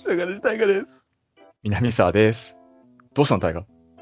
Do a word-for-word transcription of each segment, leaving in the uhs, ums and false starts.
中西大河です。 南沢です。どうしたの大河？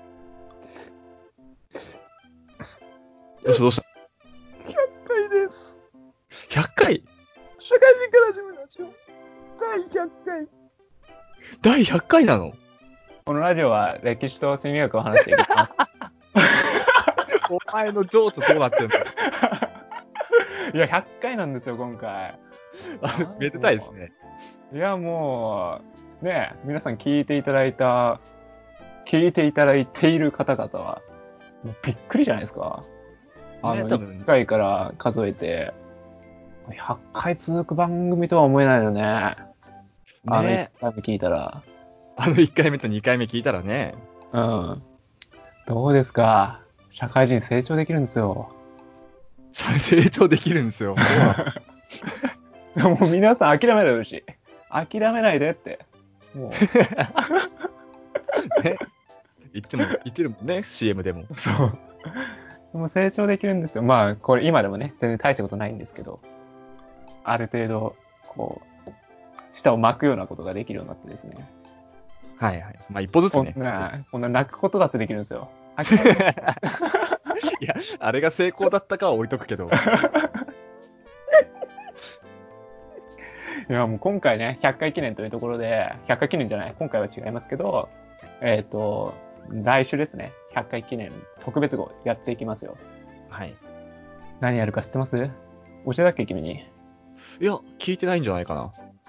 どうしたどうした？ ひゃっかいです。 ひゃっかい？ 社会人から始めるラジオだいひゃっかい。 だいひゃっかいなの？ このラジオは歴史と心理学を話していきます。 お前の情緒どうなってんの？ いやひゃっかいなんですよ今回。 あ、めでたいですね。 いやもうね皆さん聞いていただいた聞いていただいている方々はもうびっくりじゃないですか。あの、 ね、多分いっかいから数えてひゃっかい続く番組とは思えないよね。あのいっね、 かいも聞いたら。 あのいっかいめとにかいめ聞いたらね。 うん。どうですか？社会人成長できるんですよ。 成長できるんですよ。そうなの。 もう皆さん諦めないでほしい。諦めないでって。もね、言っても、言ってるもんね、シーエム でも。 う、そう。もう成長できるんですよ。まあ、これ今でもね、全然大したことないんですけど、ある程度、こう、舌を巻くようなことができるようになってですね。 はいはい。まあ一歩ずつこんね。 な、こんな泣くことだってできるんですよ。 いや、あれが成功だったかは置いとくけど。 いや、もう今回ね、ひゃっかい記念というところで、ひゃっかい記念じゃない、今回は違いますけど、えっ、ー、と、来週ですね、ひゃっかい記念特別号やっていきますよ。 はい。 何やるか知ってます？教えたっけ君に。 いや、聞いてないんじゃないかな。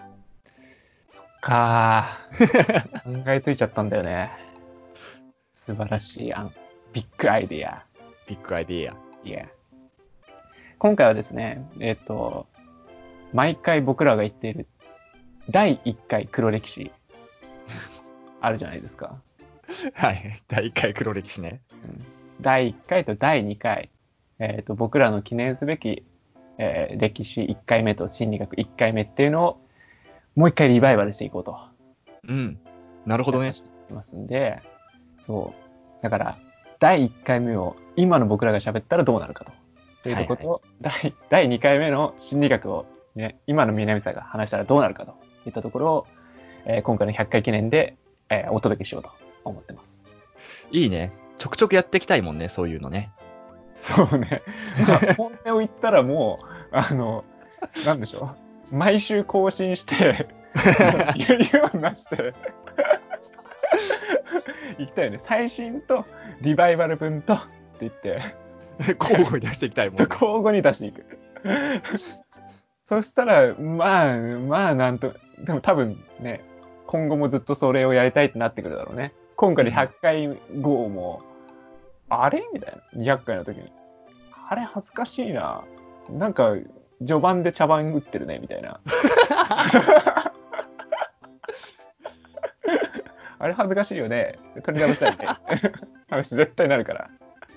かー、考えついちゃったんだよね。素晴らしい案。ビッグアイディア。 ビッグアイディア。 いや。今回はですね、えっ、ー、と、毎回僕らが言っているだいいっかい黒歴史あるじゃないですか。 はい。だいいっかい黒歴史ね。 うん、だいいっかいとだいにかい、えっ、ー、と、僕らの記念すべき、えー、歴史いっかいめと心理学いっかいめっていうのをもう一回リバイバルしていこうと。 うん。なるほどね。 していきますんで、そう。だから、だいいっかいめを今の僕らが喋ったらどうなるかと。というところと、はいはい、だいにかいめの心理学を、ね、今の南さんが話したらどうなるかといったところを、えー、今回のひゃっかい記念で、えー、お届けしようと思ってます。 いいね。ちょくちょくやっていきたいもんね、そういうのね。 そうね。まあ、本音を言ったらもう、あの、なんでしょう。毎週更新して、有料になして行きたいよね。最新とリバイバル分とって言って、 交互に出していきたいもんね。 交互に出していく。そしたら、まあ、まあ、なんと、でも多分ね、今後もずっとそれをやりたいってなってくるだろうね。今回でひゃっかい号も、うん、あれみたいな。にひゃっかいの時に。あれ恥ずかしいな。なんか、序盤で茶番打ってるね、みたいな。あれ恥ずかしいよね。取り直したいね。話絶対なるから。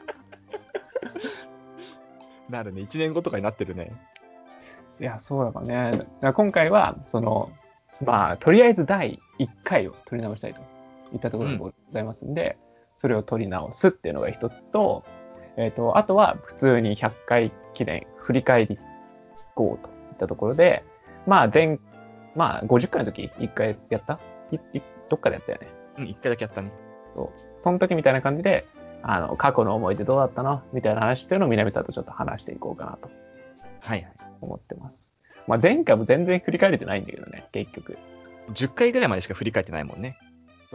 なるね。いちねんごとかになってるね。 いや、そうだからね。だから今回は、その、まあ、とりあえずだいいっかいを取り直したいといったところでございますんで、うん、それを取り直すっていうのが一つと、えっ、ー、と、あとは普通にひゃっかい記念振り返り号といったところで、まあ前、まあごじゅっかいの時いっかいやったいいどっかでやったよね。 うん、いっかいだけやったね。 そう。その時みたいな感じで、あの、過去の思い出どうだったのみたいな話っていうのを南さんとちょっと話していこうかなと。 はいはい。 思ってます。まあ前回も全然振り返れてないんだけどね、結局。 じゅっかいぐらいまでしか振り返ってないもんね。 そう。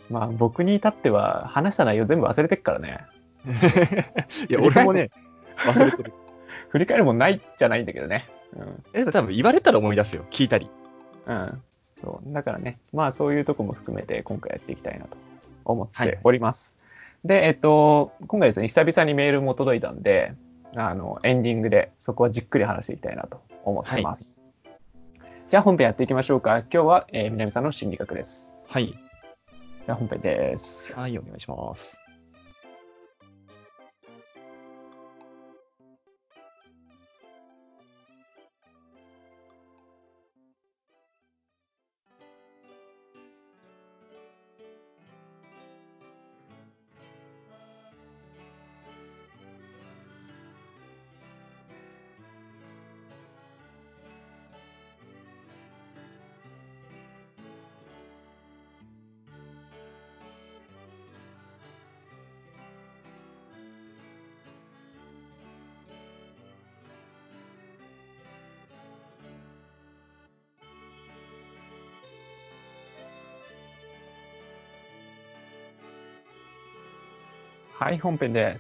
まあ僕に至っては話した内容全部忘れてっからね。 いや、俺もね、忘れてる。 振り返るもんないじゃないんだけどね。 うん。え、多分言われたら思い出すよ。聞いたり。 うん。そう。だからね、まあそういうとこも含めて今回やっていきたいなと思ってはいはい。 おります。で、えっと、今回ですね、久々にメールも届いたんで、あの、エンディングでそこはじっくり話していきたいなと思ってます。はい、じゃあ本編やっていきましょうか。今日は、えー、南さんの心理学です。 はい。 じゃあ本編です。 はい、お願いします。 はい、本編です。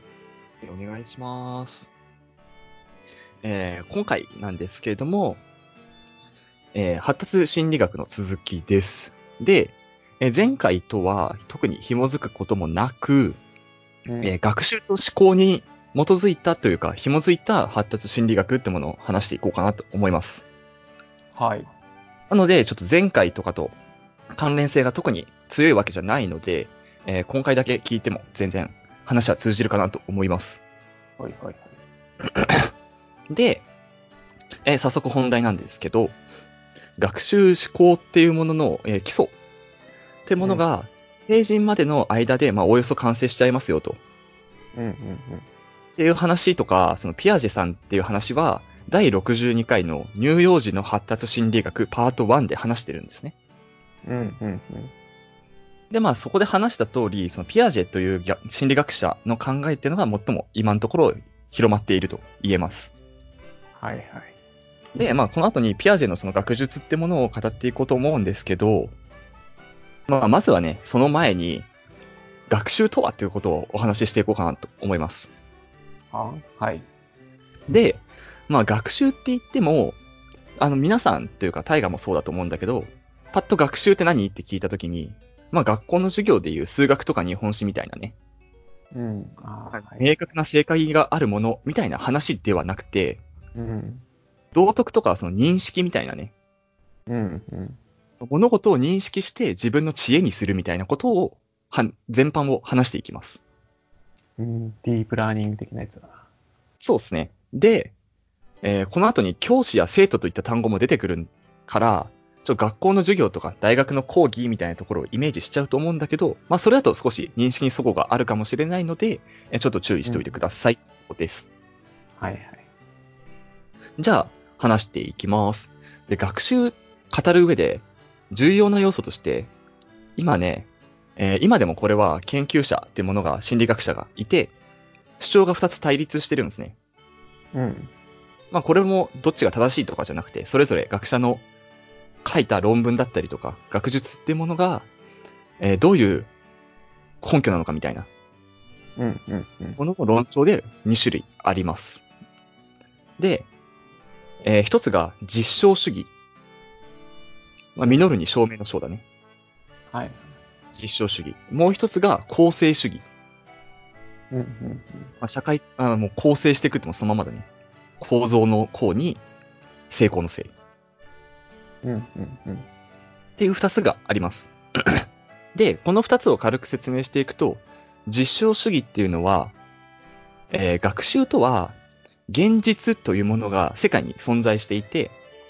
お願いします。えー、今回なんですけれども、えー、発達心理学の続きです。で、えー前回とは特に紐づくこともなく、 うんえー学習と思考に基づいたというか、紐づいた発達心理学ってものを話していこうかなと思います。 はい。 なので、ちょっと前回とかと関連性が特に強いわけじゃないので、えー今回だけ聞いても全然話は通じるかなと思います。 はい、はい、はい。 で、えー早速本題なんですけど、学習思考っていうものの、えー基礎ってものが、成人までの間で、まあ、おおよそ完成しちゃいますよと。 うん、うん、 っていう話とか、そのピアジェさんっていう話は、だいろくじゅうにかいの乳幼児の発達心理学パートワンで話してるんですね。 うん。うん、うん、 で、まあそこで話した通り、そのピアジェという逆心理学者の考えっていうのが最も今のところ広まっていると言えます。 はい、はい。 で、まあこの後にピアジェのその学術ってものを語っていこうと思うんですけど、まあまずはね、その前に学習とはということをお話ししていこうかなと思います。 ははい。 で、まあ学習って言っても、あの皆さんというか大河もそうだと思うんだけど、パッと学習って何って聞いたときに、まあ学校の授業でいう数学とか日本史みたいなね、 うん。あーはい。 明確な正解があるものみたいな話ではなくて、 うん、 道徳とかその認識みたいなね、 うん、うん。 物事を認識して自分の知恵にするみたいなことを、は全般を話していきます。 うん、ディープラーニング的なやつだな。 そうですね。で、えーこの後に教師や生徒といった単語も出てくるから、ちょっと学校の授業とか大学の講義みたいなところをイメージしちゃうと思うんだけど、まあそれだと少し認識に齟齬があるかもしれないので、えーちょっと注意しておいてください。です。 はい、はい。 じゃあ、話していきます。で、学習語る上で重要な要素として、今ね、えー今でもこれは研究者っていうものが心理学者がいて、主張がふたつ対立してるんですね。 うん、 まあこれもどっちが正しいとかじゃなくて、それぞれ学者の書いた論文だったりとか、学術っていうものが、えーどういう根拠なのかみたいなうん、うん、うん。 ものの論調でに種類あります。で、えー一つが実証主義。まあ、実るに証明の証だね。 はい。 実証主義。もう一つが構成主義。 うん、うん、 まあ、社会、あもう構成していくってもそのままだね。構造の構に成功の成。っうん。うん、うん、うん。 ていう二つがあります。で、この二つを軽く説明していくと、実証主義っていうのは、えー学習とは、現実というものが世界に存在していて、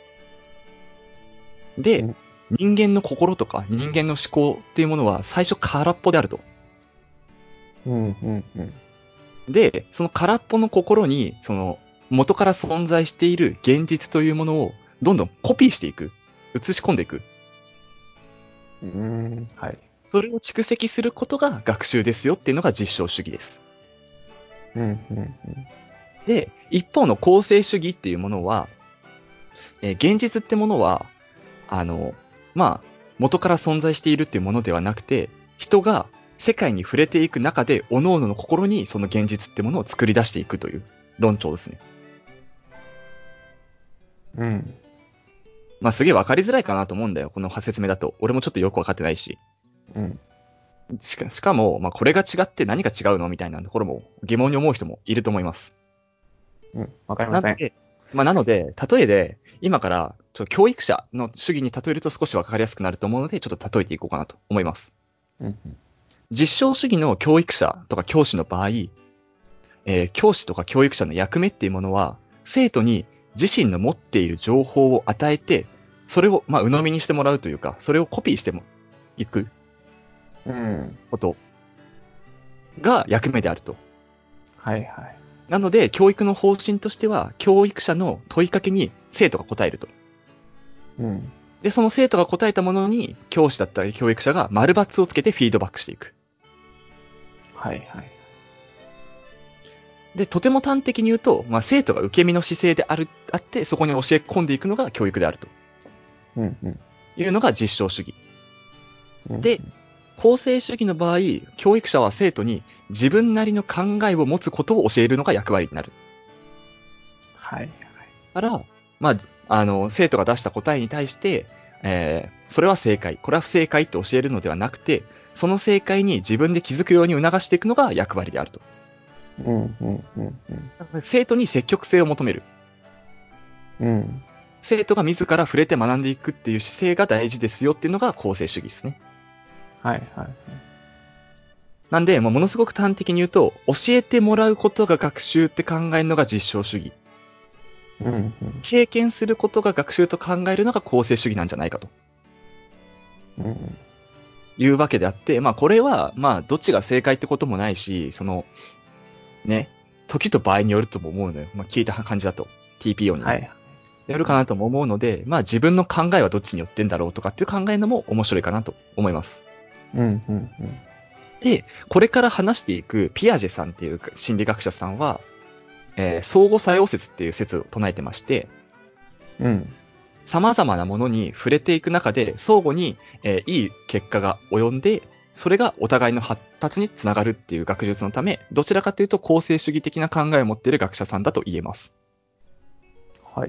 で、 うん人間の心とか人間の思考っていうものは最初空っぽであると。 うん、うん、うん。 で、その空っぽの心に、その元から存在している現実というものをどんどんコピーしていく。映し込んでいく。 うん、はい。 それを蓄積することが学習ですよっていうのが実証主義です。 うん、うん、 で、一方の構成主義っていうものは、えー現実ってものは、あの、まあ、元から存在しているっていうものではなくて、人が世界に触れていく中で、各々の心にその現実ってものを作り出していくという論調ですね。 うん。うん。 まあ、すげえわかりづらいかなと思うんだよ、この説明だと。俺もちょっとよくわかってないし。 うん。 しかしかも、まあ、これが違って何が違うのみたいなところも疑問に思う人もいると思います。 うん。わかりません。 なので、まあ、なので、例えで、今から、ちょっと教育者の主義に例えると少しわかりやすくなると思うので、ちょっと例えていこうかなと思います。 うん。 実証主義の教育者とか教師の場合、えー教師とか教育者の役目っていうものは、生徒に自身の持っている情報を与えて、それを、まあ、鵜呑みにしてもらうというか、それをコピーしてもいくうん。 ことが役目であると。 はいはい。 なので、教育の方針としては、教育者の問いかけに生徒が答えると。 うん。 で、その生徒が答えたものに、教師だったり教育者が丸抜をつけてフィードバックしていく。 はいはい。 で、とても端的に言うと、まあ、生徒が受け身の姿勢である、あって、そこに教え込んでいくのが教育であるとうんうん。 いうのが実証主義。 うん。 で、 構成主義の場合、教育者は生徒に自分なりの考えを持つことを教えるのが役割になる。 はい。 から、まあ、あの、生徒が出した答えに対して、えー、それは正解、これは不正解って教えるのではなくて、その正解に自分で気づくように促していくのが役割であると。 うん、うん、うん、 生徒に積極性を求める。 うん。うん。 生徒が自ら触れて学んでいくっていう姿勢が大事ですよっていうのが構成主義ですね。 はい、はい。 なんで、まあ、ものすごく端的に言うと、教えてもらうことが学習って考えるのが実証主義。 うん、うん。 経験することが学習と考えるのが構成主義なんじゃないかとうん、 いうわけであって、まあこれは、まあどっちが正解ってこともないし、その、ね、時と場合によるとも思うのよ。まあ聞いた感じだと。ティーピーオー にね。 はい。 やるかなとも思うので、まあ自分の考えはどっちによってんだろうとかっていう考えるのも面白いかなと思います。 うん、うん、 で、これから話していくピアジェさんっていう心理学者さんは、えー相互作用説っていう説を唱えてまして、 うん。うん。 様々なものに触れていく中で相互に、えーいい結果が及んで、それがお互いの発達につながるっていう学術のため、どちらかというと構成主義的な考えを持っている学者さんだと言えます。 はい。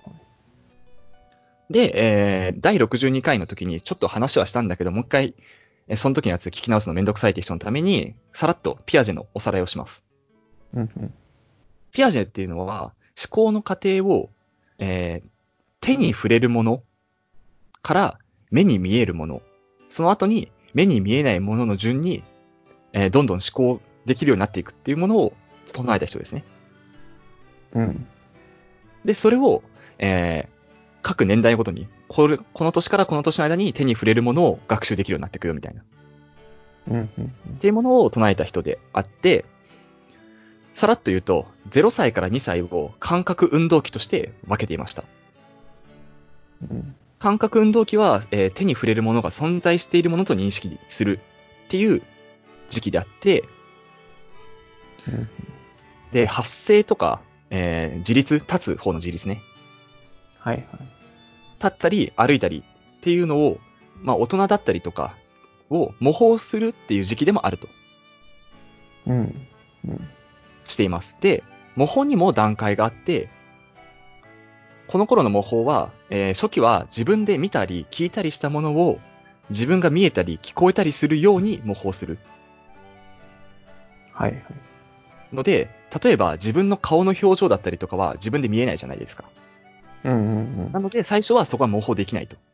で、えー、だいろくじゅうにかいの時にちょっと話はしたんだけど、もう一回、えーその時のやつ聞き直すのめんどくさいって人のために、さらっとピアジェのおさらいをします。 うん、うん。 ピアジェっていうのは、思考の過程を、えー手に触れるものから目に見えるもの、その後に目に見えないものの順に、えーどんどん思考できるようになっていくっていうものを唱えた人ですね。 うん。 で、それを、えー各年代ごとに、これ、この年からこの年の間に手に触れるものを学習できるようになっていくよみたいな。っうん、うん。 ていうものを唱えた人であって、さらっと言うと、ゼロさいからにさいを感覚運動期として分けていました。 うん。 感覚運動期は、えー手に触れるものが存在しているものと認識するっていう時期であって、 うん。 で、発声とか、えー自立、立つ方の自立ね。 はい、はい。 立ったり歩いたりっていうのを、まあ大人だったりとかを模倣するっていう時期でもあるとうん。うん。 しています。で、模倣にも段階があって、この頃の模倣は、えー初期は自分で見たり聞いたりしたものを自分が見えたり聞こえたりするように模倣する。 はい、はい。 ので、例えば自分の顔の表情だったりとかは自分で見えないじゃないですか。 うん、うん、 なので最初はそこは模倣できないと。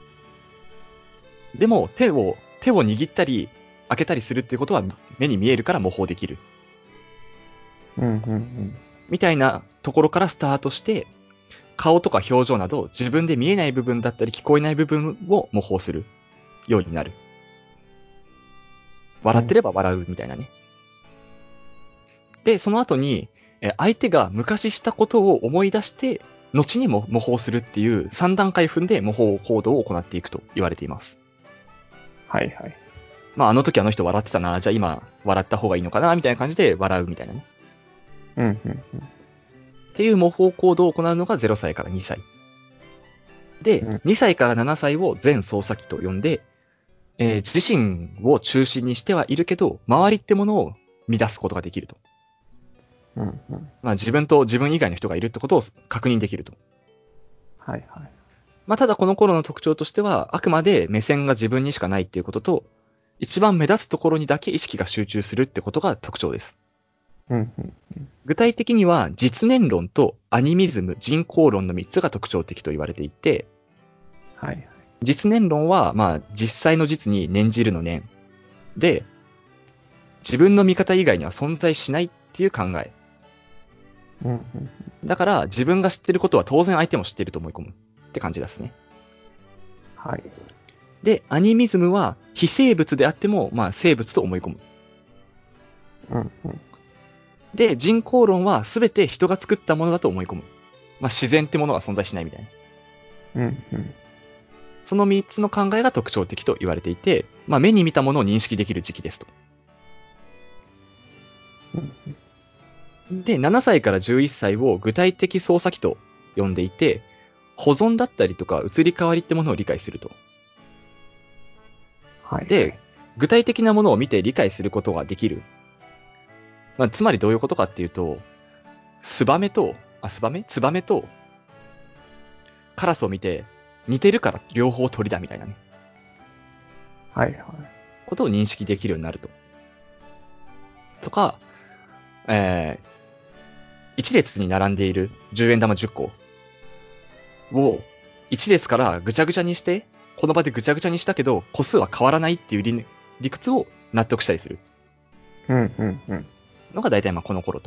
でも手を、手を握ったり開けたりするっていうことは目に見えるから模倣できる。 うん。うん、うん。 みたいなところからスタートして、顔とか表情など自分で見えない部分だったり聞こえない部分を模倣するようになる。笑ってれば笑うみたいなね。で、その後に、え相手が昔したことを思い出して、後にも模倣するっていうさん段階踏んで模倣行動を行っていくと言われています。 はい、はい。 まあ、あの時あの人笑ってたな、じゃあ今笑った方がいいのかな、みたいな感じで笑うみたいなね。 うん、うん。 っていう模倣行動を行うのがゼロさいからにさい。で、 うん。 にさいからななさいを全操作期と呼んで、えー自身を中心にしてはいるけど、周りってものを乱すことができると。 うん、うん。 まあ自分と自分以外の人がいるってことを確認できると。 はい、はい。 まあただこの頃の特徴としては、あくまで目線が自分にしかないっていうことと、一番目立つところにだけ意識が集中するってことが特徴です。 うん、うん。 具体的には実年論とアニミズム、人口論のみっつが特徴的と言われていて、 はい、はい。 実年論は、まあ実際の実に念じるの念で、自分の味方以外には存在しないっていう考え。 うん、うん。 だから自分が知ってることは当然相手も知ってると思い込むって感じですね。 はい。 で、アニミズムは非生物であっても、まあ生物と思い込む。 うん、うん。 で、人工論は全て人が作ったものだと思い込む。まあ自然ってものが存在しないみたいな。 うん、うん。 そのみっつの考えが特徴的と言われていて、まあ目に見たものを認識できる時期ですと。で、ななさいからじゅういっさいを具体的操作期と呼んでいて、保存だったりとか移り変わりってものを理解すると。 はい、はでい。、 具体的なものを見て理解することができる。まあ、つまりどういうことかっていうと、ツバメと、あ、ツバメツバメと、カラスを見て、似てるから両方鳥だみたいなね。 はいはい。 ことを認識できるようになると。とか、えー、一列に並んでいるじゅうえん玉じゅっこを一列からぐちゃぐちゃにして、この場でぐちゃぐちゃにしたけど、個数は変わらないっていう理理屈を納得したりするうんうんうん。 のが大体まあこの頃と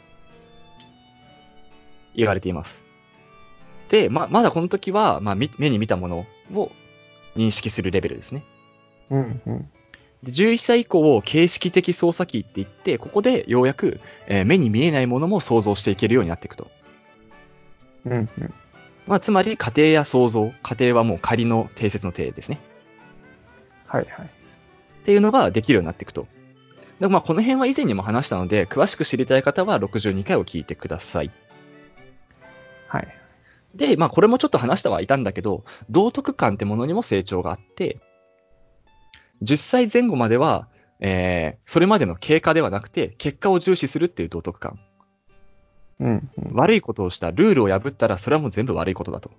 言われています。で、ままだこの時は、まあ、み目に見たものを認識するレベルですね。 うんうん。 でじゅういっさい以降を形式的操作機って言って、ここでようやく、えー目に見えないものも想像していけるようになっていくと。 うんうん。 まあ、つまり、仮定や想像、仮定はもう仮の定説の定ですね。 はいはい。 っていうのができるようになっていくと。でまあ、この辺は以前にも話したので、詳しく知りたい方はろくじゅうにかいを聞いてください。 はい。 で、まあ、これもちょっと話してはいたんだけど、道徳観ってものにも成長があって、じゅっさいぜん後までは、えー、それまでの経過ではなくて、結果を重視するっていう道徳観。 うんうん。 悪いことをした、ルールを破ったら、それはもう全部悪いことだと。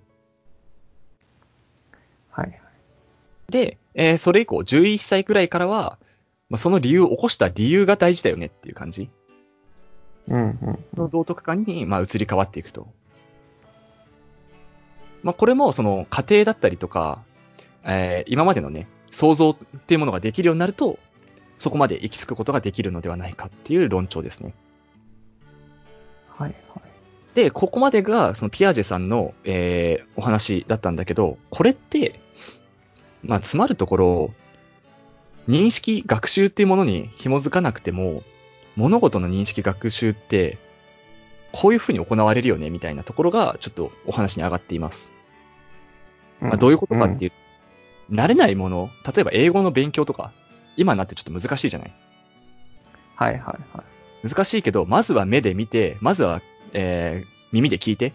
はいはい。 で、えー、それ以降、じゅういっさいくらいからは、まあ、その理由を起こした理由が大事だよねっていう感じうんうんうのん。 道徳観に、まあ、移り変わっていくと。まあ、これも、その、家庭だったりとか、えー、今までのね、想像っていうものができるようになると、そこまで行き着くことができるのではないかっていう論調ですね。 はいはい。 で、ここまでが、そのピアジェさんの、えー、お話だったんだけど、これって、まあ、つまるところ、認識、学習っていうものに紐づかなくても、物事の認識、学習って、こういうふうに行われるよね、みたいなところが、ちょっとお話に上がっています。まあ、どういうことかっていう、慣れないもの、例えば英語の勉強とか、今になってちょっと難しいじゃない。 はいはいはい。 難しいけど、まずは目で見て、まずは、えー、耳で聞いて、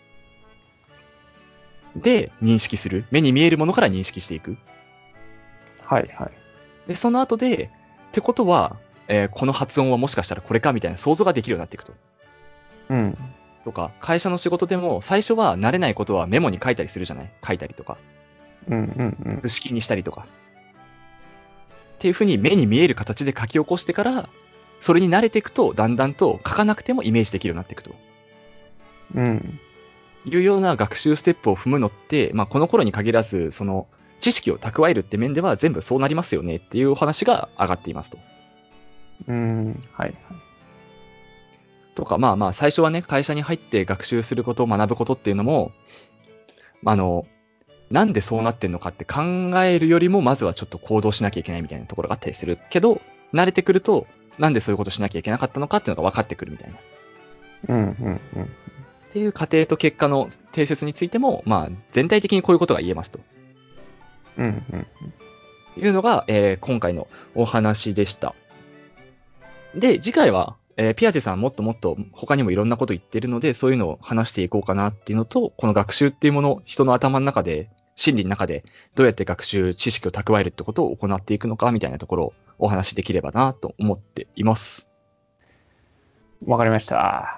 で、認識する。目に見えるものから認識していく。 はいはい。 で、その後で、ってことは、えーこの発音はもしかしたらこれかみたいな想像ができるようになっていくと。 うん。 とか、会社の仕事でも、最初は慣れないことはメモに書いたりするじゃない。書いたりとか、 うんうんうん。 図式にしたりとか。っていうふうに目に見える形で書き起こしてから、それに慣れていくと、だんだんと書かなくてもイメージできるようになっていくと。 うん。 いうような学習ステップを踏むのって、まあ、この頃に限らず、その、知識を蓄えるって面では全部そうなりますよねっていうお話が上がっていますと。 うん。はいはい。 とか、まあまあ、最初はね、会社に入って学習すること、学ぶことっていうのも、あの、なんでそうなってんのかって考えるよりも、まずはちょっと行動しなきゃいけないみたいなところがあったりするけど、慣れてくると、なんでそういうことしなきゃいけなかったのかっていうのが分かってくるみたいな。っうんうんうん。 ていう過程と結果の定説についても、まあ、全体的にこういうことが言えますと。 うんうん。 いうのが、えー今回のお話でした。で、次回は、えーピアジェさんもっともっと他にもいろんなこと言ってるので、そういうのを話していこうかなっていうのと、この学習っていうもの、人の頭の中で、心理の中で、どうやって学習、知識を蓄えるってことを行っていくのか、みたいなところをお話しできればなと思っています。 わかりました。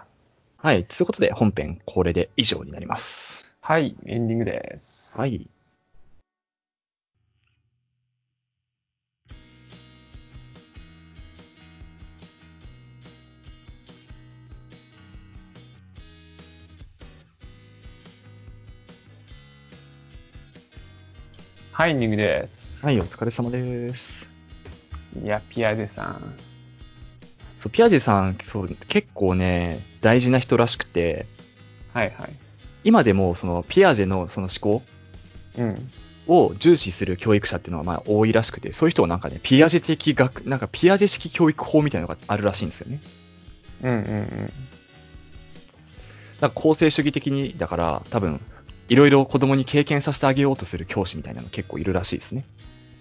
はい。ということで、本編、これで以上になります。 はい、エンディングです。 はい。 はい、エンディングです。 はい、お疲れ様です。 いや、ピアジェさん。 そう、ピアジェさん、そう、結構ね、大事な人らしくて、 はいはい。 今でも、その、ピアジェのその思考、 うん。 を重視する教育者っていうのはまあ多いらしくて、そういう人はなんかね、ピアジェ的学、なんかピアジェ式教育法みたいなのがあるらしいんですよね。 うんうんうん。 なんか公正主義的に、だから多分、いろいろ子供に経験させてあげようとする教師みたいなの結構いるらしいですね。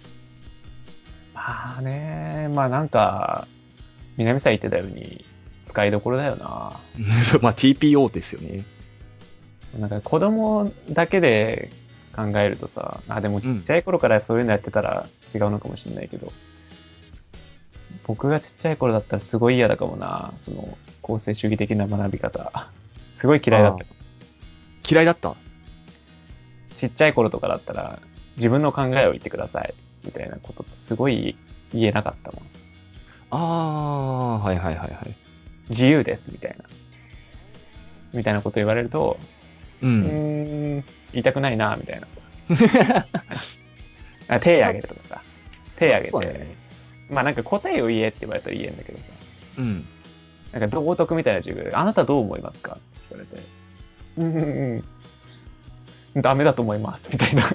まあね、まあなんか、南さん言ってたように、使いどころだよな。 そう、まあ ティーピーオー ですよね。 なんか子供だけで考えるとさ、あ、でもうん。 ちっちゃい頃からそういうのやってたら違うのかもしれないけど、 僕がちっちゃい頃だったらすごい嫌だかもな。その、構成主義的な学び方。すごい嫌いだった。 嫌いだった。 ちっちゃい頃とかだったら、自分の考えを言ってください。みたいなことってすごい言えなかったもん。 あー、はいはいはいはい。 自由です、みたいな。みたいなこと言われると、 ううーん。 ん、言いたくないな、みたいな。あ手挙げるとかさ。手挙げて、 そうだよね。 まあなんか答えを言えって言われたら言えんだけどさ。 うん。 なんか道徳みたいな授業で、あなたどう思いますかって言われて、うんうんうん、ダメだと思います、みたいな。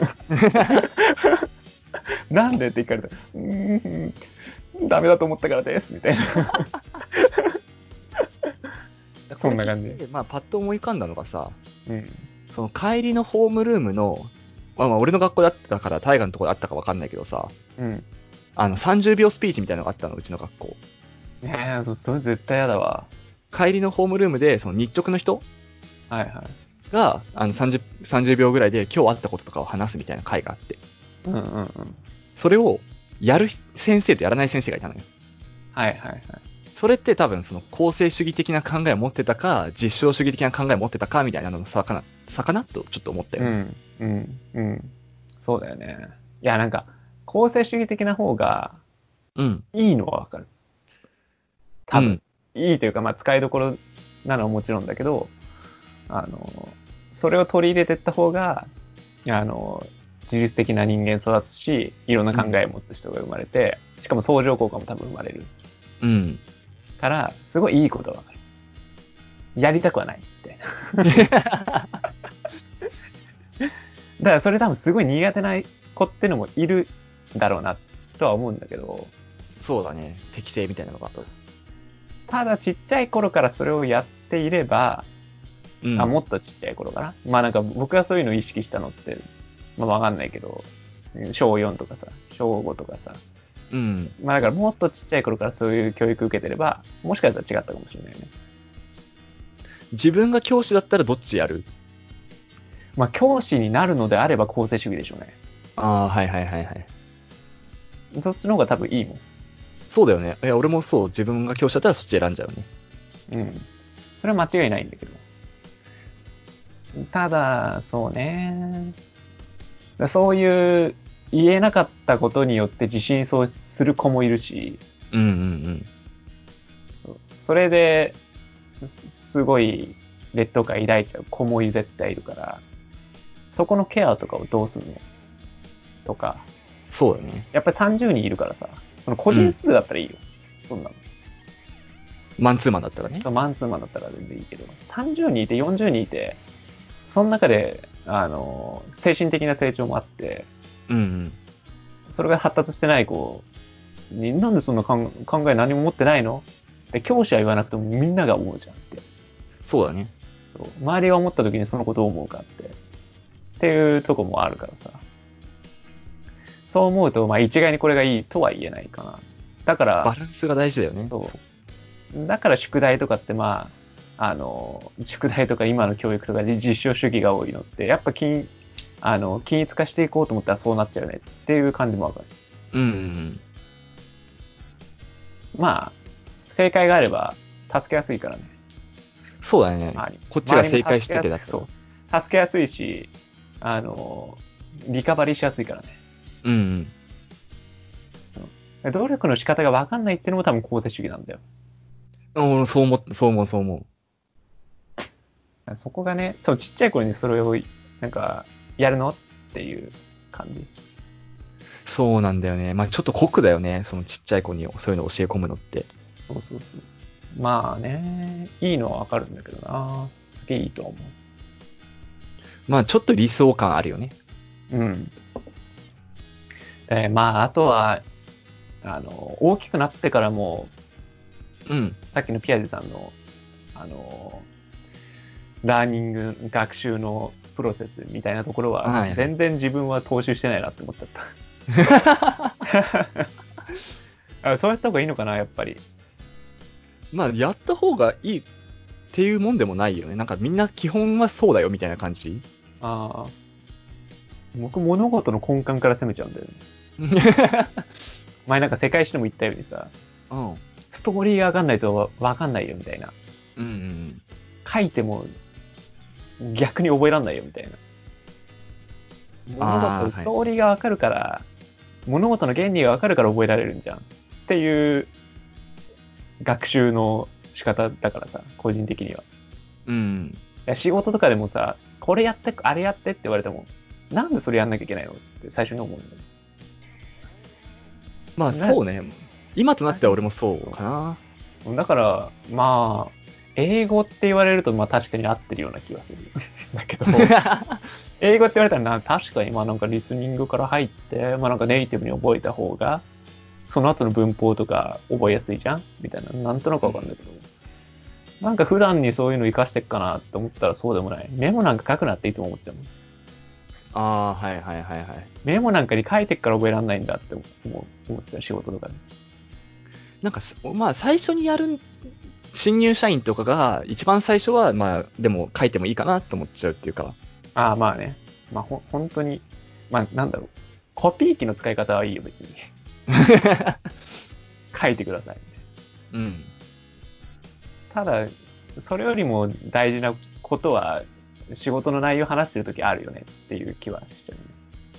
なんでって聞かれて、うーん、ダメだと思ったからです、みたいな。そんな感じ。 で、まあ、パッと思い浮かんだのがさ、 うん。 その帰りのホームルームの、まあまあ、俺の学校だったから、大河のところあったかわかんないけどさ、 うん。 あの、さんじゅうびょうスピーチみたいなのがあったの、うちの学校。 ねえ、それ絶対嫌だわ。 帰りのホームルームで、その日直の人はいはい。 が、あの30、さんじゅうびょうぐらいで今日あったこととかを話すみたいな会があって、 うんうんうん。 それをやる先生とやらない先生がいたのよ。 はいはいはい。 それって多分その構成主義的な考えを持ってたか、実証主義的な考えを持ってたかみたいなのの差かな、差かなとちょっと思ったよね。 うん、うん、うん。そうだよね。いや、なんか、構成主義的な方がうん。 いいのはわかる。多分。 うん。 いいというか、まあ、使いどころなのはもちろんだけど、あの、それを取り入れていった方が、あの、自律的な人間育つし、いろんな考えを持つ人が生まれて、しかも相乗効果も多分生まれる。 うん。 から、すごいいいことはわかる。やりたくはないって。だからそれ多分すごい苦手な子ってのもいるだろうなとは思うんだけど、 そうだね。適正みたいなのが。 ただちっちゃい頃からそれをやっていれば、 うん。 あ、もっとちっちゃい頃かな。まあなんか僕がそういうのを意識したのって、まあわかんないけど、しょうよんとかさ、しょうごとかさ。 うん。 まあだからもっとちっちゃい頃からそういう教育受けてれば、もしかしたら違ったかもしれないね。 自分が教師だったらどっちやる？ まあ教師になるのであれば公正主義でしょうね。 ああ、はいはいはいはい。 そっちの方が多分いいもん。 そうだよね。いや、俺もそう。自分が教師だったらそっち選んじゃうね。 うん。それは間違いないんだけど。ただ、そうね。そういう言えなかったことによって自信喪失する子もいるし、 うんうんそれですすごい劣等感抱いちゃう子も絶対いるから、そこのケアとかをどうするのとか、 うん。そうだね。 やっぱりさんじゅうにんいるからさ、その個人スクールだったらいいよ。そんなの。 マンツーマンだったらね。 マンツーマンだったら全然いいけど、さんじゅうにんいてよんじゅうにんいて、その中で、あの、精神的な成長もあって、 うんうん。 それが発達してない子に、なんでそんな考え何も持ってないのって教師は言わなくてもみんなが思うじゃんって。 そうだね。 周りが思った時にそのことを思うかって。っていうとこもあるからさ。そう思うと、まあ一概にこれがいいとは言えないかな。だから、 バランスが大事だよね。 そう。だから宿題とかってまあ、あの、宿題とか今の教育とかで実証主義が多いのって、やっぱ均、あの、均一化していこうと思ったらそうなっちゃうねっていう感じもわかる。 うんうんうん。 まあ、正解があれば助けやすいからね。 そうだね。 周りこっちが周りも正解し助けやすい。 ててだったら。 そう。助けやすいし、あの、リカバリーしやすいからね。 うんうん。 努力の仕方が分かんないっていうのも多分公正主義なんだよ。 うん、そう思う、そう思う、そう思そこがね、そう、ちっちゃい頃にそれを、なんか、やるのっていう感じ。 う。そうなんだよね。まあちょっと酷だよね。そのちっちゃい子にそういうの教え込むのって。 そうそうそう。まあね、いいのは分かるんだけどな。すげえいいと思まあちょっと理想感あるよね。 う。うん。えーまあ、あとは、あの、大きくなってからも、 うん。 さっきのピアジさんの、あの、ラーニング、学習のプロセスみたいなところは、 はいはい。 全然自分は踏襲してないなって思っちゃった。あそうやった方がいいのかな、やっぱり。 まあやった方がいいっていうもんでもないよね。なんかみんな基本はそうだよみたいな感じ。 ああ、僕物事の根幹から攻めちゃうんだよね。前なんか世界史でも言ったようにさ、 うん。 ストーリーがわかんないとわわかんないよみたいな。 うんうんうん。 書いても逆に覚えらんないよみたいな。物ああ、 事、スはい。 トーリーがわかるから、物事の原理がわかるから覚えられるんじゃん。っていう学習の仕方だからさ、個人的には。 うん。 いや仕事とかでもさ、これやって、あれやってって言われても、なんでそれやんなきゃいけないのって最初に思うんだよ。 まあなそうね。今となっては俺もそうかな。 だから、まあ、英語って言われると、まあ確かに合ってるような気がする。だけど、英語って言われたらな、確かにまあなんかリスニングから入って、まあなんかネイティブに覚えた方が、その後の文法とか覚えやすいじゃんみたいな。なんとなくわかんないけど。なんか普段にそういうの活かしてっかなって思ったらそうでもない。メモなんか書くなっていつも思っちゃうもん。 ああ、はいはいはいはい。 メモなんかに書いてっから覚えらんないんだって思う思っちゃう、仕事とかで。 なんかす、まあ最初にやる新入社員とかが一番最初はまあでも書いてもいいかなって思っちゃうっていうか。 ああ、まあね。まあほ、本当に、まあなんだろう。コピー機の使い方はいいよ、別に。書いてください。 うん。 ただ、それよりも大事なことは、仕事の内容を話してるときあるよねっていう気はしちゃうね。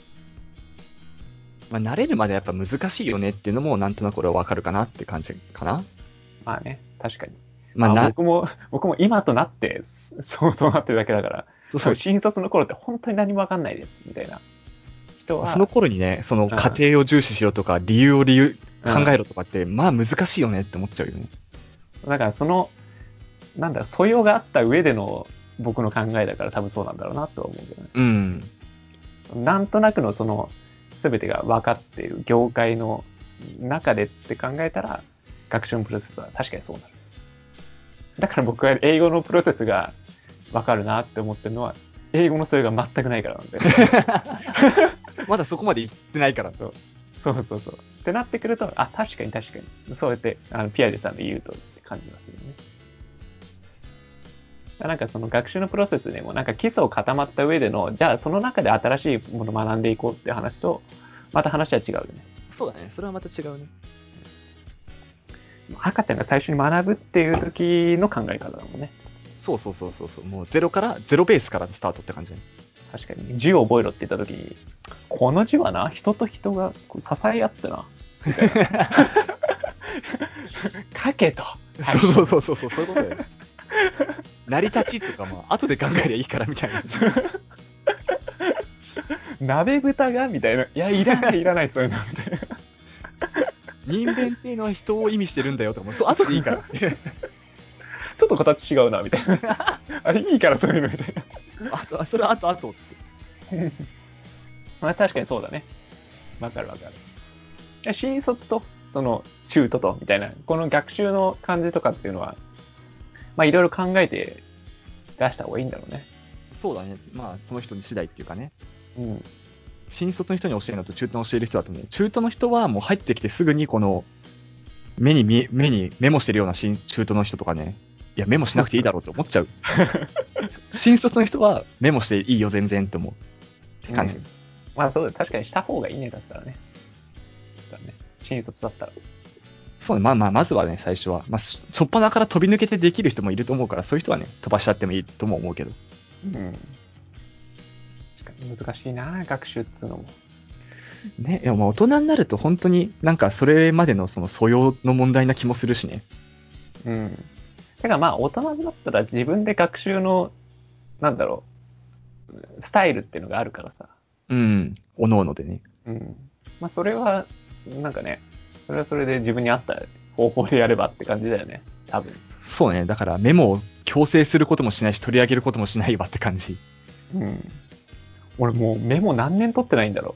まあ慣れるまでやっぱ難しいよねっていうのもなんとなく俺はわかるかなって感じかな。 まあね、確かに。まあまあな、 僕も、僕も今となって、そうそうなってるだけだから、 そうそう。 多分新卒の頃って本当に何もわかんないです、みたいな人そのは、 頃にね、そのうん、 過程を重視しろとか理由を理由考えうん。 ろとかって、まあ難しいよねって思っちゃうよね。 だからその、なんだ、素養があった上での僕の考えだから多分そうなんだろうなとは思うけどね。 うん。 なんとなくのその、すべてが分かっている業界の中でって考えたら、学習のプロセスは確かにそうなる。だから僕は英語のプロセスが分かるなって思ってるのは、英語のそれが全くないからなんで。 まだそこまで行ってないから。 そうそうそうそう。ってなってくると、あ、確かに確かに。そうやって、あのピアジェさんの言うとって感じがするね。なんかその学習のプロセスでもなんか基礎を固まった上での、じゃあその中で新しいものを学んでいこうって話と、また話は違うよね。 そうだね。それはまた違うね。 赤ちゃんが最初に学ぶっていう時の考え方だもんね。 そうそうそうそうそう。もうゼロから、ゼロベースからスタートって感じだね。 確かに。字を覚えろって言った時に、この字はな、人と人が支え合ってな、みたいな。書けと。 そうそうそうそう、そういうことだよね。成り立ちとかまあ、後で考えりゃいいからみたいな。 鍋蓋がみたいな。いや、いらない、いらない、そういうの。みたいな。 人弁っていうのは人を意味してるんだよとか、もうそう、後でいいからって。 ちょっと形違うな、みたいな。あれ、いいから、そういうの、みたいな。 あと、それは後、後って。 まあ、確かにそうだね。わかるわかる。新卒と、その、中途と、みたいな、この学習の感じとかっていうのは、まあ、いろいろ考えて出した方がいいんだろうね。 そうだね。まあ、その人に次第っていうかね。 うん。 新卒の人に教えるのと中途に教える人だとね、中途の人はもう入ってきてすぐにこの、目に見え、目にメモしてるような新中途の人とかね、いや、メモしなくていいだろうって思っちゃう。新卒の人はメモしていいよ、全然って思う。って感じ。 うん、まあ、そうだ、確かにした方がいいね、だったらね。だね。新卒だったら。 そうね、まあまあ、まずはね、最初は。まあ、しょっぱなから飛び抜けてできる人もいると思うから、そういう人はね、飛ばしちゃってもいいとも思うけど。 うん。確かに難しいな、学習っつうのも。 ね、いやまあ大人になると本当になんかそれまでのその素養の問題な気もするしね。 うん。てかまあ、大人になったら自分で学習の、なんだろう、スタイルっていうのがあるからさ。 うん。おのおのでね。 うん。まあ、それは、なんかね、それはそれで自分に合った方法でやればって感じだよね。多分。 そうね。だからメモを強制することもしないし、取り上げることもしないわって感じ。 うん。俺もうメモ何年取ってないんだろ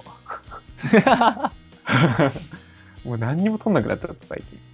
う。もう何にも取んなくなっちゃった、最近。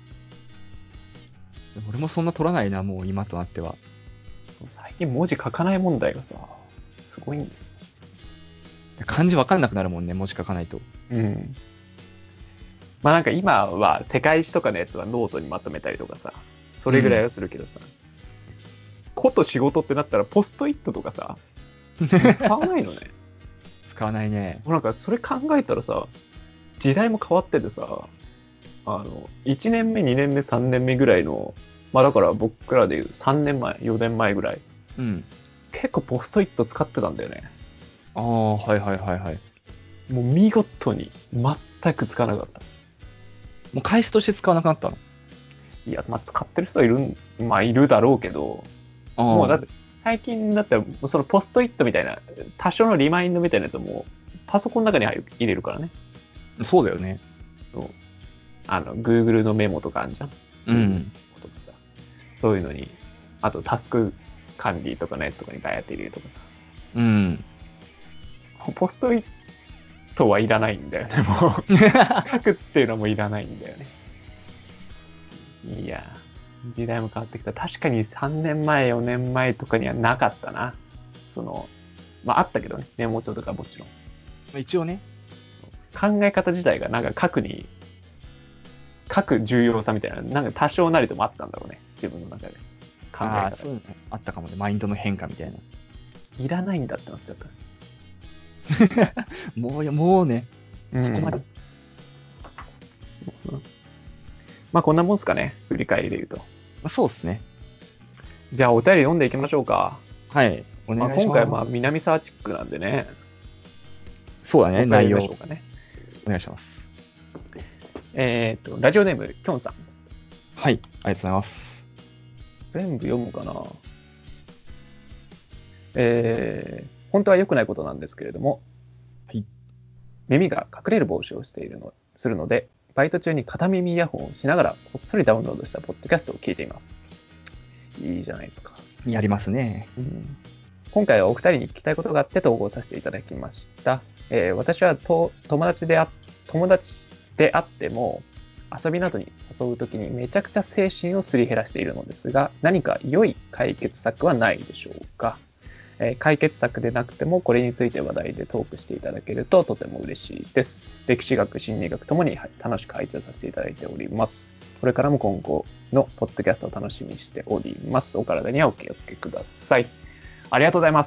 俺もそんな取らないな、もう今となっては。 最近文字書かない問題がさ、すごいんですよ。 漢字わかんなくなるもんね、文字書かないと。 うん。まあなんか今は世界史とかのやつはノートにまとめたりとかさ、それぐらいはするけどさ、こと仕事ってなったらポストイットとかさ、使わないのね。 使わないね。 もうなんかそれ考えたらさ、時代も変わっててさ、 あの、いちねんめ、にねんめ、さんねんめぐらいの、まあだから僕らでいうさんねんまえ、よねんまえぐらい、 うん。 結構ポストイット使ってたんだよね。 ああ、はいはいはいはい。 もう見事に全く使わなかった。 もう返しとして使わなくなったの？ いや、まあ使ってる人はいるん、まあいるだろうけど、もうだって最近だったらそのポストイットみたいな、多少のリマインドみたいなやつもパソコンの中に入れるからね。 あ、そうだよね。 そう。あの、Google のメモとかあるじゃん。 うん。 とかさ。そういうのに、あとタスク管理とかのやつとかにガヤって入れるとかさ。 うん。 ポストイットはいらないんだよね、もう。書くっていうのもいらないんだよね。いや、時代も変わってきた。確かにさんねんまえ、よねんまえとかにはなかったな。その、まああったけどね、メモ帳とかもちろん。 一応ね。 考え方自体がなんか書くに、書く重要さみたいな、なんか多少なりともあったんだろうね、自分の中で。考えああ、 方。 そういうのあったかもね。マインドの変化みたいな。 いらないんだってなっちゃった。 もう、もうね、 うん、 ここまで。 まあこんなもんすかね、振り返りで言うと。 まあ、そうですね。 じゃあお便り読んでいきましょうか。 はい。おまあ、 願いします。 今回まあ南沢チックなんでね、 そうだね、 僕が読み内容。 ましょうかね。 お願いします。 えっ、と、ラジオネーム、きょんさん。 はい。ありがとうございます。 全部読むかな。えー、本当は良くないことなんですけれども、 はい。 耳が隠れる帽子をしているの、するので、バイト中に片耳イヤホンをしながらこっそりダウンロードしたポッドキャストを聞いています。いいじゃないですか。 やりますね。 うん、今回はお二人に聞きたいことがあって投稿させていただきました。えー、私はと友達であ友達であっても遊びなどに誘うときにめちゃくちゃ精神をすり減らしているのですが、何か良い解決策はないでしょうか。えー、解決策でなくてもこれについて話題でトークしていただけるととても嬉しいです。歴史学、心理学ともに楽しく拝聴させていただいております。これからも今後のポッドキャストを楽しみにしております。お体にはお気をつけください。ありがとうございます。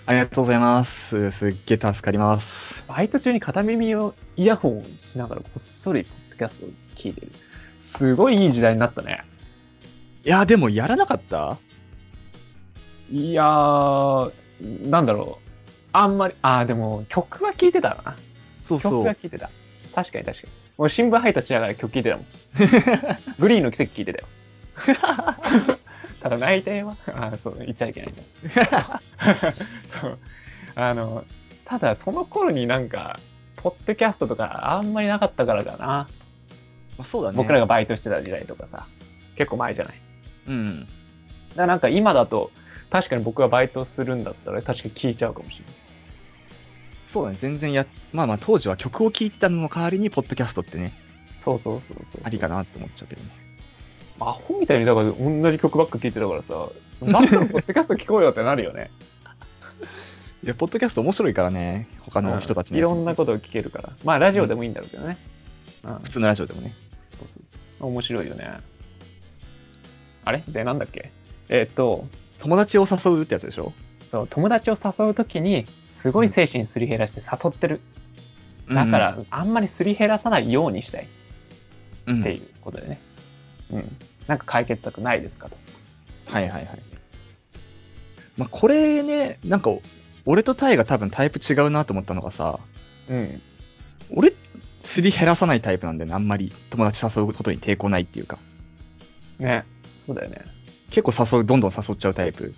ありがとうございます。すっげえ助かります。 バイト中に片耳をイヤホンをしながらこっそりポッドキャストを聞いてる。すごいいい時代になったね。 いや、でもやらなかった？ いやー、なんだろう。あんまり、あー、でも曲は聴いてたな。 そうそう。 曲は聴いてた。確かに確かに。もう新聞配達しながら曲聴いてたもん。グリーンの奇跡聴いてたよ。ただ泣いては、あ、そう、言っちゃいけないんだ。そう。あの、ただその頃になんか、ポッドキャストとかあんまりなかったからだな。 まあ、そうだね。 僕らがバイトしてた時代とかさ、結構前じゃない。 うん。 だからなんか今だと、確かに僕がバイトするんだったら確かに聞いちゃうかもしれない。 そうだね。全然や、まあまあ当時は曲を聴いてたのの代わりに、ポッドキャストってね、 そうそうそうそうそう。 ありかなって思っちゃうけどね。 アホみたいにだから同じ曲ばっか聴いてたからさ、だったらポッドキャスト聞こうよってなるよね。 いや、ポッドキャスト面白いからね。他の人たちのうん、いやつも、 ろんなことを聞けるから。まあラジオでもいいんだろうけどね。うん、 普通のラジオでもね。 そうそう。面白いよね。あれで、なんだっけえーっと、 友達を誘うってやつでしょ？ そう、友達を誘うときに、すごい精神すり減らして誘ってる。だから、あんまりすり減らさないようにしたい。 うん、 っていうことでね。うん。なんか解決策ないですかと。 はいはいはい。まあ、これね、なんか、俺とタイが多分タイプ違うなと思ったのがさ、 うん。 俺、すり減らさないタイプなんだよね。あんまり友達誘うことに抵抗ないっていうか。 ね。そうだよね。 結構誘う、どんどん誘っちゃうタイプ。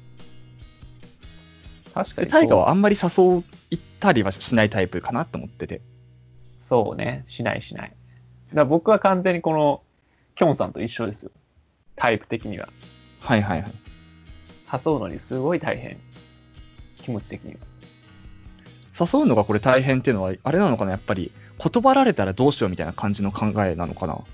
で、 確かにタイガそう。 はあんまり誘ったりはしないタイプかなと思ってて。 そうね。しないしない。だから僕は完全にこの、キョンさんと一緒ですよ。タイプ的には。 はいはいはい。 誘うのにすごい大変。気持ち的には。 誘うのがこれ大変っていうのは、あれなのかなやっぱり、断られたらどうしようみたいな感じの考えなのかな？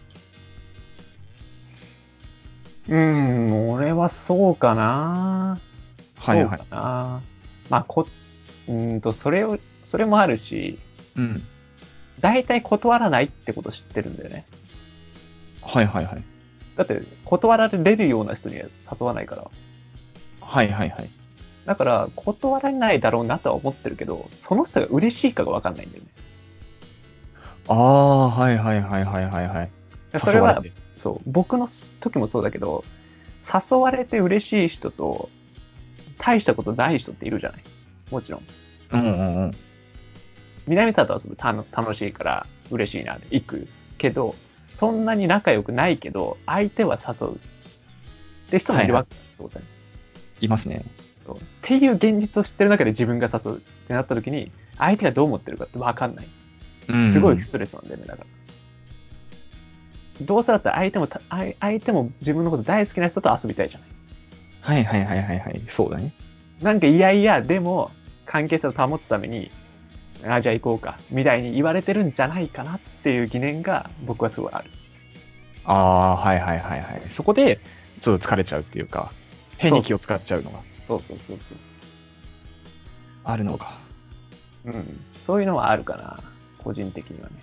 うーん、俺はそうかな。 はいはい。 そうかな。まあ、こ、うーんと、それを、それもあるし、 うん。 大体断らないってこと知ってるんだよね。 はいはいはい。 だって、断られるような人には誘わないから。 はいはいはい。 だから、断られないだろうなとは思ってるけど、その人が嬉しいかがわかんないんだよね。 ああ、はいはいはいはいはいはい。 それは誘われて。 そう僕の時もそうだけど、誘われて嬉しい人と大したことない人っているじゃない。もちろんうんうんうん。 南さんと遊ぶたの楽しいから嬉しいなって行くけど、そんなに仲良くないけど相手は誘うって人もいるわけ、当然いますね。 そうっていう現実を知ってる中で自分が誘うってなった時に相手がどう思ってるかって分かんない。 うんすごいストレスなんだよね。だからどうせだったら相手もた相相手も自分のこと大好きな人と遊びたいじゃない。 はいはいはいはいはい。そうだね。 なんかいやいやでも関係性を保つために、あじゃあ行こうかみたいに言われてるんじゃないかなっていう疑念が僕はすごいある。 ああ、はいはいはいはい。そこで、ちょっと疲れちゃうっていうか、変に気を使っちゃうのがそうそうそうそうあるのか。 そう、うん、そういうのはあるかな、個人的にはね。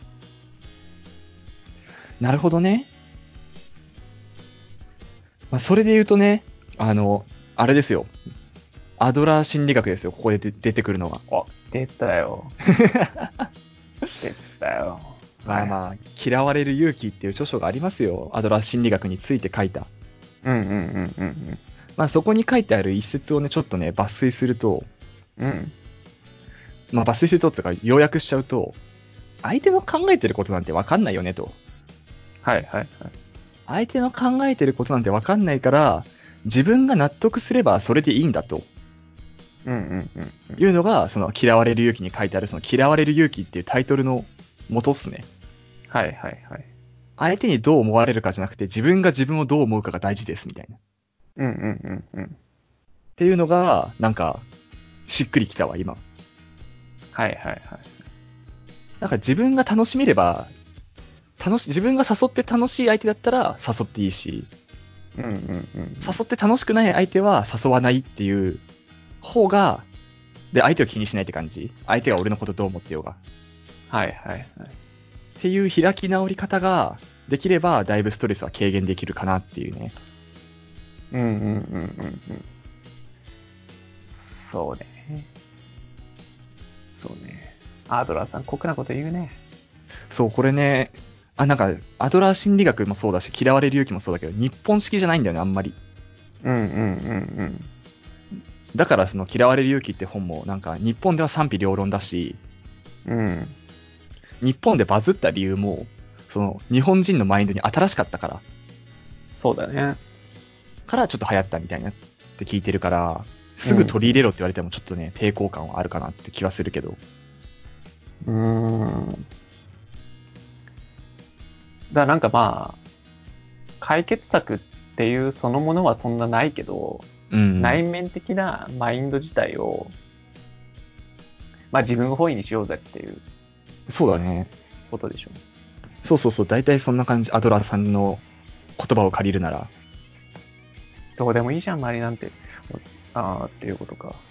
なるほどね。まあ、それで言うとね、あの、あれですよ。アドラー心理学ですよ。ここで出出てくるのは。 あ、出たよ。出たよ。 まあまあ、嫌われる勇気っていう著書がありますよ。アドラー心理学について書いた。 うんうんうんうんまあそこに書いてある一節をね、ちょっとね、抜粋すると、 うん。うん。 まあ抜粋するとっていうか、要約しちゃうと、相手の考えてることなんてわかんないよねと。 はいはいはい。 相手の考えてることなんてわかんないから、自分が納得すればそれでいいんだとうんうんうんうん。 いうのが、その嫌われる勇気に書いてある、その嫌われる勇気っていうタイトルの元っすね。 はいはいはい。 相手にどう思われるかじゃなくて、自分が自分をどう思うかが大事ですみたいな。っうんうんうんうん。 ていうのが、なんか、しっくりきたわ、今。 はいはいはい。 なんか自分が楽しめれば、楽し、自分が誘って楽しい相手だったら誘っていいし、 うんうんうんうん。 誘って楽しくない相手は誘わないっていう方が、で、相手を気にしないって感じ。相手が俺のことどう思ってようが。 はいはいはい。 っていう開き直り方ができれば、だいぶストレスは軽減できるかなっていうね。 うんうんうんうんうん。そうね。そうね。アードラーさん、酷なこと言うね。 そう、これね、あ、なんか、アドラー心理学もそうだし、嫌われる勇気もそうだけど、日本式じゃないんだよね、あんまり。 うんうんうんだから、その嫌われる勇気って本も、なんか、日本では賛否両論だし、 うん。うん。 日本でバズった理由も、その、日本人のマインドに新しかったから、 そうだね。 からちょっと流行ったみたいなって聞いてるから、すぐうん。 取り入れろって言われてもちょっとね、抵抗感はあるかなって気はするけど。 うーん。だからなんかまあ、解決策っていうそのものはそんなないけど、 うん。 内面的なマインド自体を、まあ自分本位にしようぜっていうそうだね。 ことでしょ。 そうそうそう、大体そんな感じ。アドラーさんの言葉を借りるなら。 どうでもいいじゃん、周りなんて。ああ、っていうことか。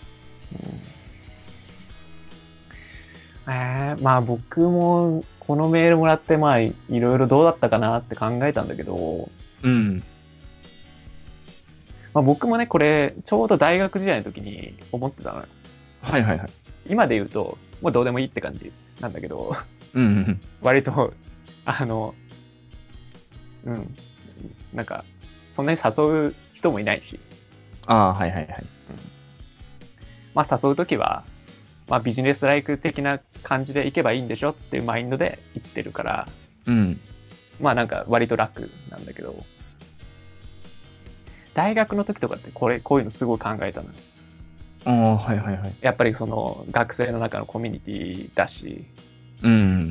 うん、えー、まあ僕もこのメールもらって、まあいろいろどうだったかなって考えたんだけど、 うん。 まあ僕もね、これ、ちょうど大学時代の時に思ってたのよ。 はいはいはい。 今で言うと、もうどうでもいいって感じなんだけど、 うんうんうん。 割と、あの、うん、なんか、そんなに誘う人もいないし、 ああ、はいはいはい。 うん、まあ誘うときは、まあビジネスライク的な感じでいけばいいんでしょっていうマインドで言ってるから、 うん。 まあなんか割と楽なんだけど、大学の時とかってこれ、こういうのすごい考えたのよ。 ああ、はいはいはい。 やっぱりその学生の中のコミュニティだし、 うん。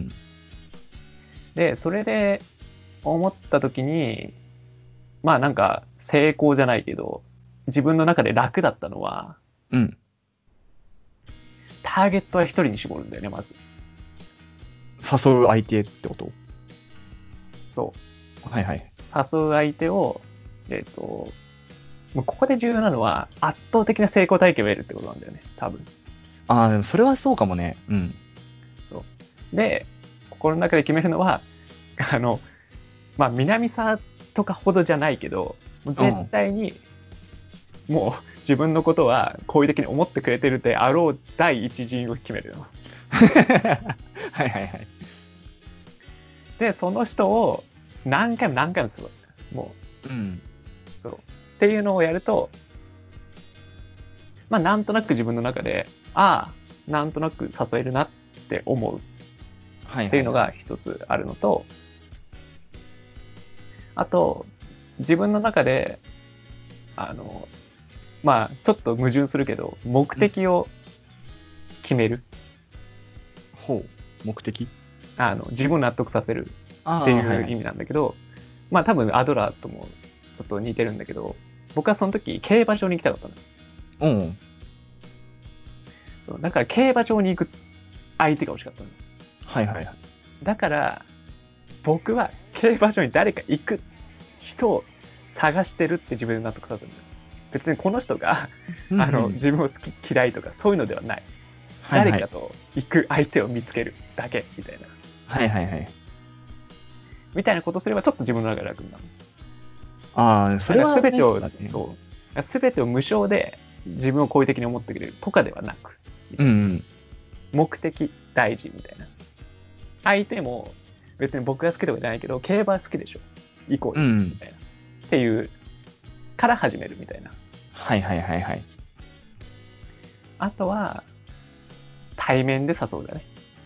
で、それで思った時に、まあなんか成功じゃないけど、自分の中で楽だったのは、 うん。 ターゲットは一人に絞るんだよね、まず。 誘う相手ってこと？ そはいはい。 う。誘う相手を、えっ、と、もうここで重要なのは圧倒的な成功体験を得るってことなんだよね、多分。 ああ、でもそれはそうかもね。うん。 そう。で、心の中で決めるのは、あの、まあ、南沢とかほどじゃないけど、もう絶うん。 対に、もう自分のことは好意的に思ってくれてるであろう第一陣を決めるの。 はいはいはい。 で、その人を、 何回も何回も誘う。もう。うん。 う、そう。っていうのをやると、まあなんとなく自分の中で、ああ、なんとなく誘えるなって思うはいはいはい。 っていうのが一つあるのと、あと、自分の中で、あの、まあちょっと矛盾するけど、目的を決める。 ほう。目的あの、自分を納得させるああ、 っていはいはい。 う意味なんだけど、まあ多分アドラーともちょっと似てるんだけど、僕はその時競馬場に行きたかったの。 うん。 そうだから競馬場に行く相手が欲しかったの。 はいはいはい。 だから僕は競馬場に誰か行く人を探してるって自分で納得させるんだよ。別にこの人がうんうん、 あの自分を好き嫌いとかそういうのではない。 はいはい、 誰かと行く相手を見つけるだけみたいな。 はいはいはい。 みたいなことすればちょっと自分の中で楽になる。 ああ、それは、ね、 全てを、 そうだね。 そう。全てを無償で自分を好意的に思ってくれるとかではなく、 うんうん。 目的大事みたいな。相手も別に僕が好きとかじゃないけど、競馬好きでしょ。行こうよ。みたいな。っていうから始めるみたいな。 はいはいはいはい。 あとは、対面で誘うだね。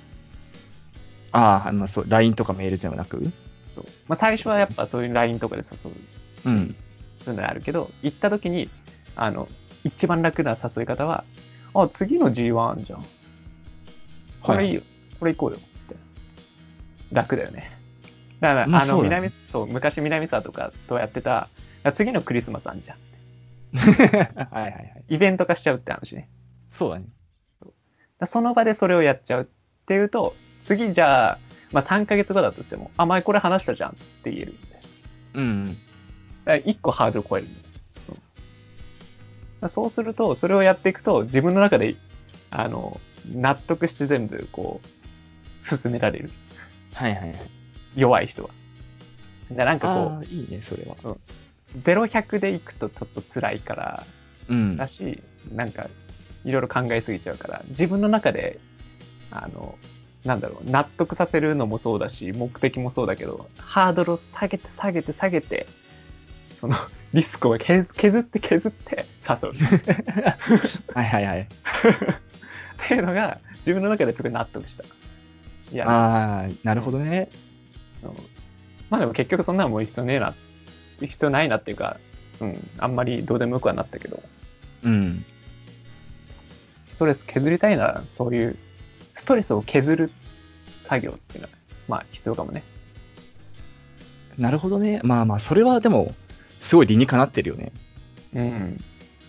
ああ、まあそう、ライン とかメールじゃなくそうまあ、最初はやっぱそういう ライン とかで誘うし、 うん、 そういうのがあるけど、行った時に、あの、一番楽な誘い方は、あ、次の ジーワン あんじゃん。これいいよ。これ行こうよ。って楽だよね。だから、 まああの、 そうだね。 南、そう、昔南沢とかとやってた、次のクリスマスあんじゃん。 はいはいはい。 イベント化しちゃうって話ね。 そうだね。 その場でそれをやっちゃうっていうと、次じゃあ、まあさんかげつごだとしても、あ、前これ話したじゃんって言える。 うん、うん。 だからいっこハードル超えるんだよ。そうそうすると、それをやっていくと、自分の中で、あの、納得して全部、こう、進められる。 はいはいはい。 弱い人は。でなんかこああ、いいね、それは。 う、ゼロひゃくで行くとちょっと辛いから、 うん。 だし、なんか、いろいろ考えすぎちゃうから、自分の中で、あの、なんだろう、納得させるのもそうだし、目的もそうだけど、ハードルを下げて下げて下げて、その、リスクを削って削って誘う。 はいはいはい。 っていうのが、自分の中ですごい納得した。やる。 ああ、なるほどね。 うん、まあでも結局そんなのもう必要ねえな、必要ないなっていうか、うん、あんまりどうでもよくはなったけど、 うん。 ストレス削りたいなら、そういう、ストレスを削る作業っていうのは、まあ必要かもね。 なるほどね。まあまあ、それはでも、すごい理にかなってるよね。 うん。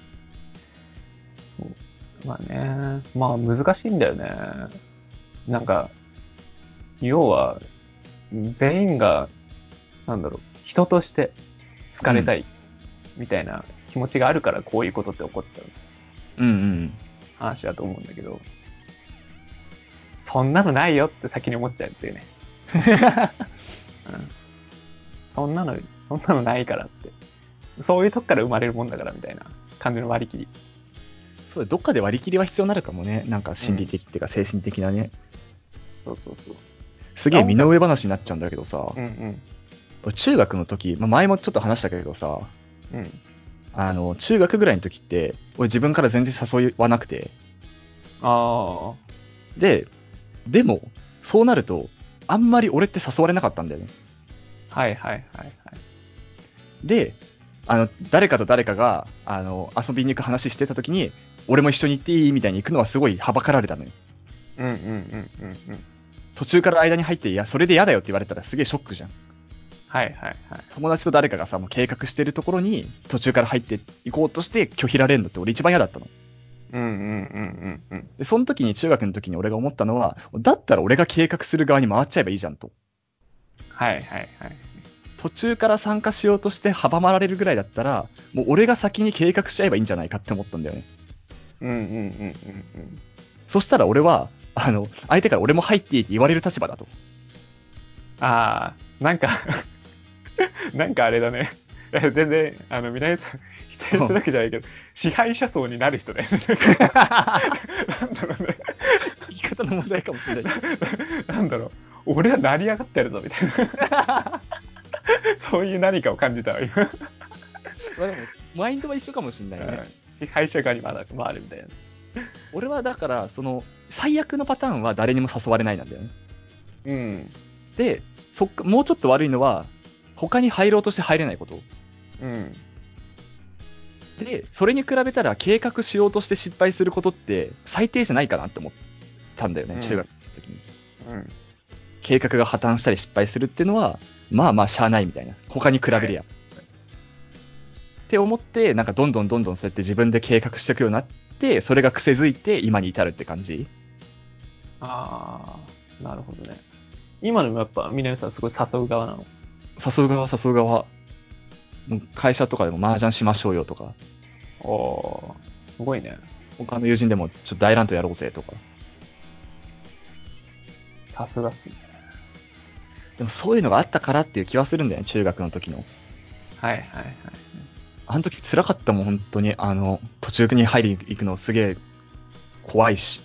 まあね、まあ難しいんだよね。なんか、要は、全員が、なんだろう、人として好かれたいみたいな気持ちがあるからこういうことって起こっちゃううんうん。 話だと思うんだけど、そんなのないよって先に思っちゃうっていうね。うん、そんなの、そんなのないからって。そういうとこから生まれるもんだからみたいな感じの割り切り。 そう、どっかで割り切りは必要になるかもね。なんかうん。 心理的っていうか精神的なね。 そうそうそう。 すげえ身の音楽、 上話になっちゃうんだけどさ、 うんうん。 俺中学の時、まあ、前もちょっと話したけどさ、 うん。 あの、中学ぐらいの時って、俺自分から全然誘わなくて、 ああ。 で、でも、そうなると、あんまり俺って誘われなかったんだよね。 はいはいはいはい。 で、あの、誰かと誰かが、あの、遊びに行く話してた時に、俺も一緒に行っていいみたいに行くのはすごいはばかられたのよ。 うんうんうんうんうん。 途中から間に入って、いや、それで嫌だよって言われたらすげえショックじゃん。 はいはいはい。 友達と誰かがさ、もう計画してるところに、途中から入っていこうとして拒否られるのって俺一番嫌だったの。 うんうんうんうんうん。 で、その時に中学の時に俺が思ったのは、だったら俺が計画する側に回っちゃえばいいじゃんと。 はいはいはい。 途中から参加しようとして阻まれるぐらいだったら、もう俺が先に計画しちゃえばいいんじゃないかって思ったんだよね。 うんうんうんうんうん。 そしたら俺は、あの、相手から俺も入っていいって言われる立場だと。 ああ、なんかなんかあれだね。全然、あの、皆さん否定するわけじゃないけど、支配者層になる人だよね。なんだろうね。 言い方の問題かもしれない。 なんだろう。俺は成り上がってやるぞ、みたいな。 そういう何かを感じたわ、今。 まあでも、マインドは一緒かもしれないね。 支配者側に回る回るみたいな。 俺はだから、その、最悪のパターンは誰にも誘われないなんだよね。 うん。 で、そっか、もうちょっと悪いのは、他に入ろうとして入れないこと。 うん。 で、それに比べたら計画しようとして失敗することって最低じゃないかなって思ったんだよね、 うん中学の時に。 うん。 計画が破綻したり失敗するっていうのは、まあまあしゃあないみたいな。他に比べりゃ。 はいって思って、なんかどんどんどんどんそうやって自分で計画していくようになって、それが癖づいて今に至るって感じ。 ああ、なるほどね。今でもやっぱ、南さんすごい誘う側なの？ 誘う側、誘う側。もう会社とかでも麻雀しましょうよとか、 おー、すごいね。 他の友人でもちょっと大乱闘やろうぜとか。 さすがっすね。 でもそういうのがあったからっていう気はするんだよね、中学の時の。 はいはいはい。 あの時辛かったもん、本当に。あの、途中に入り行くのすげえ怖いし。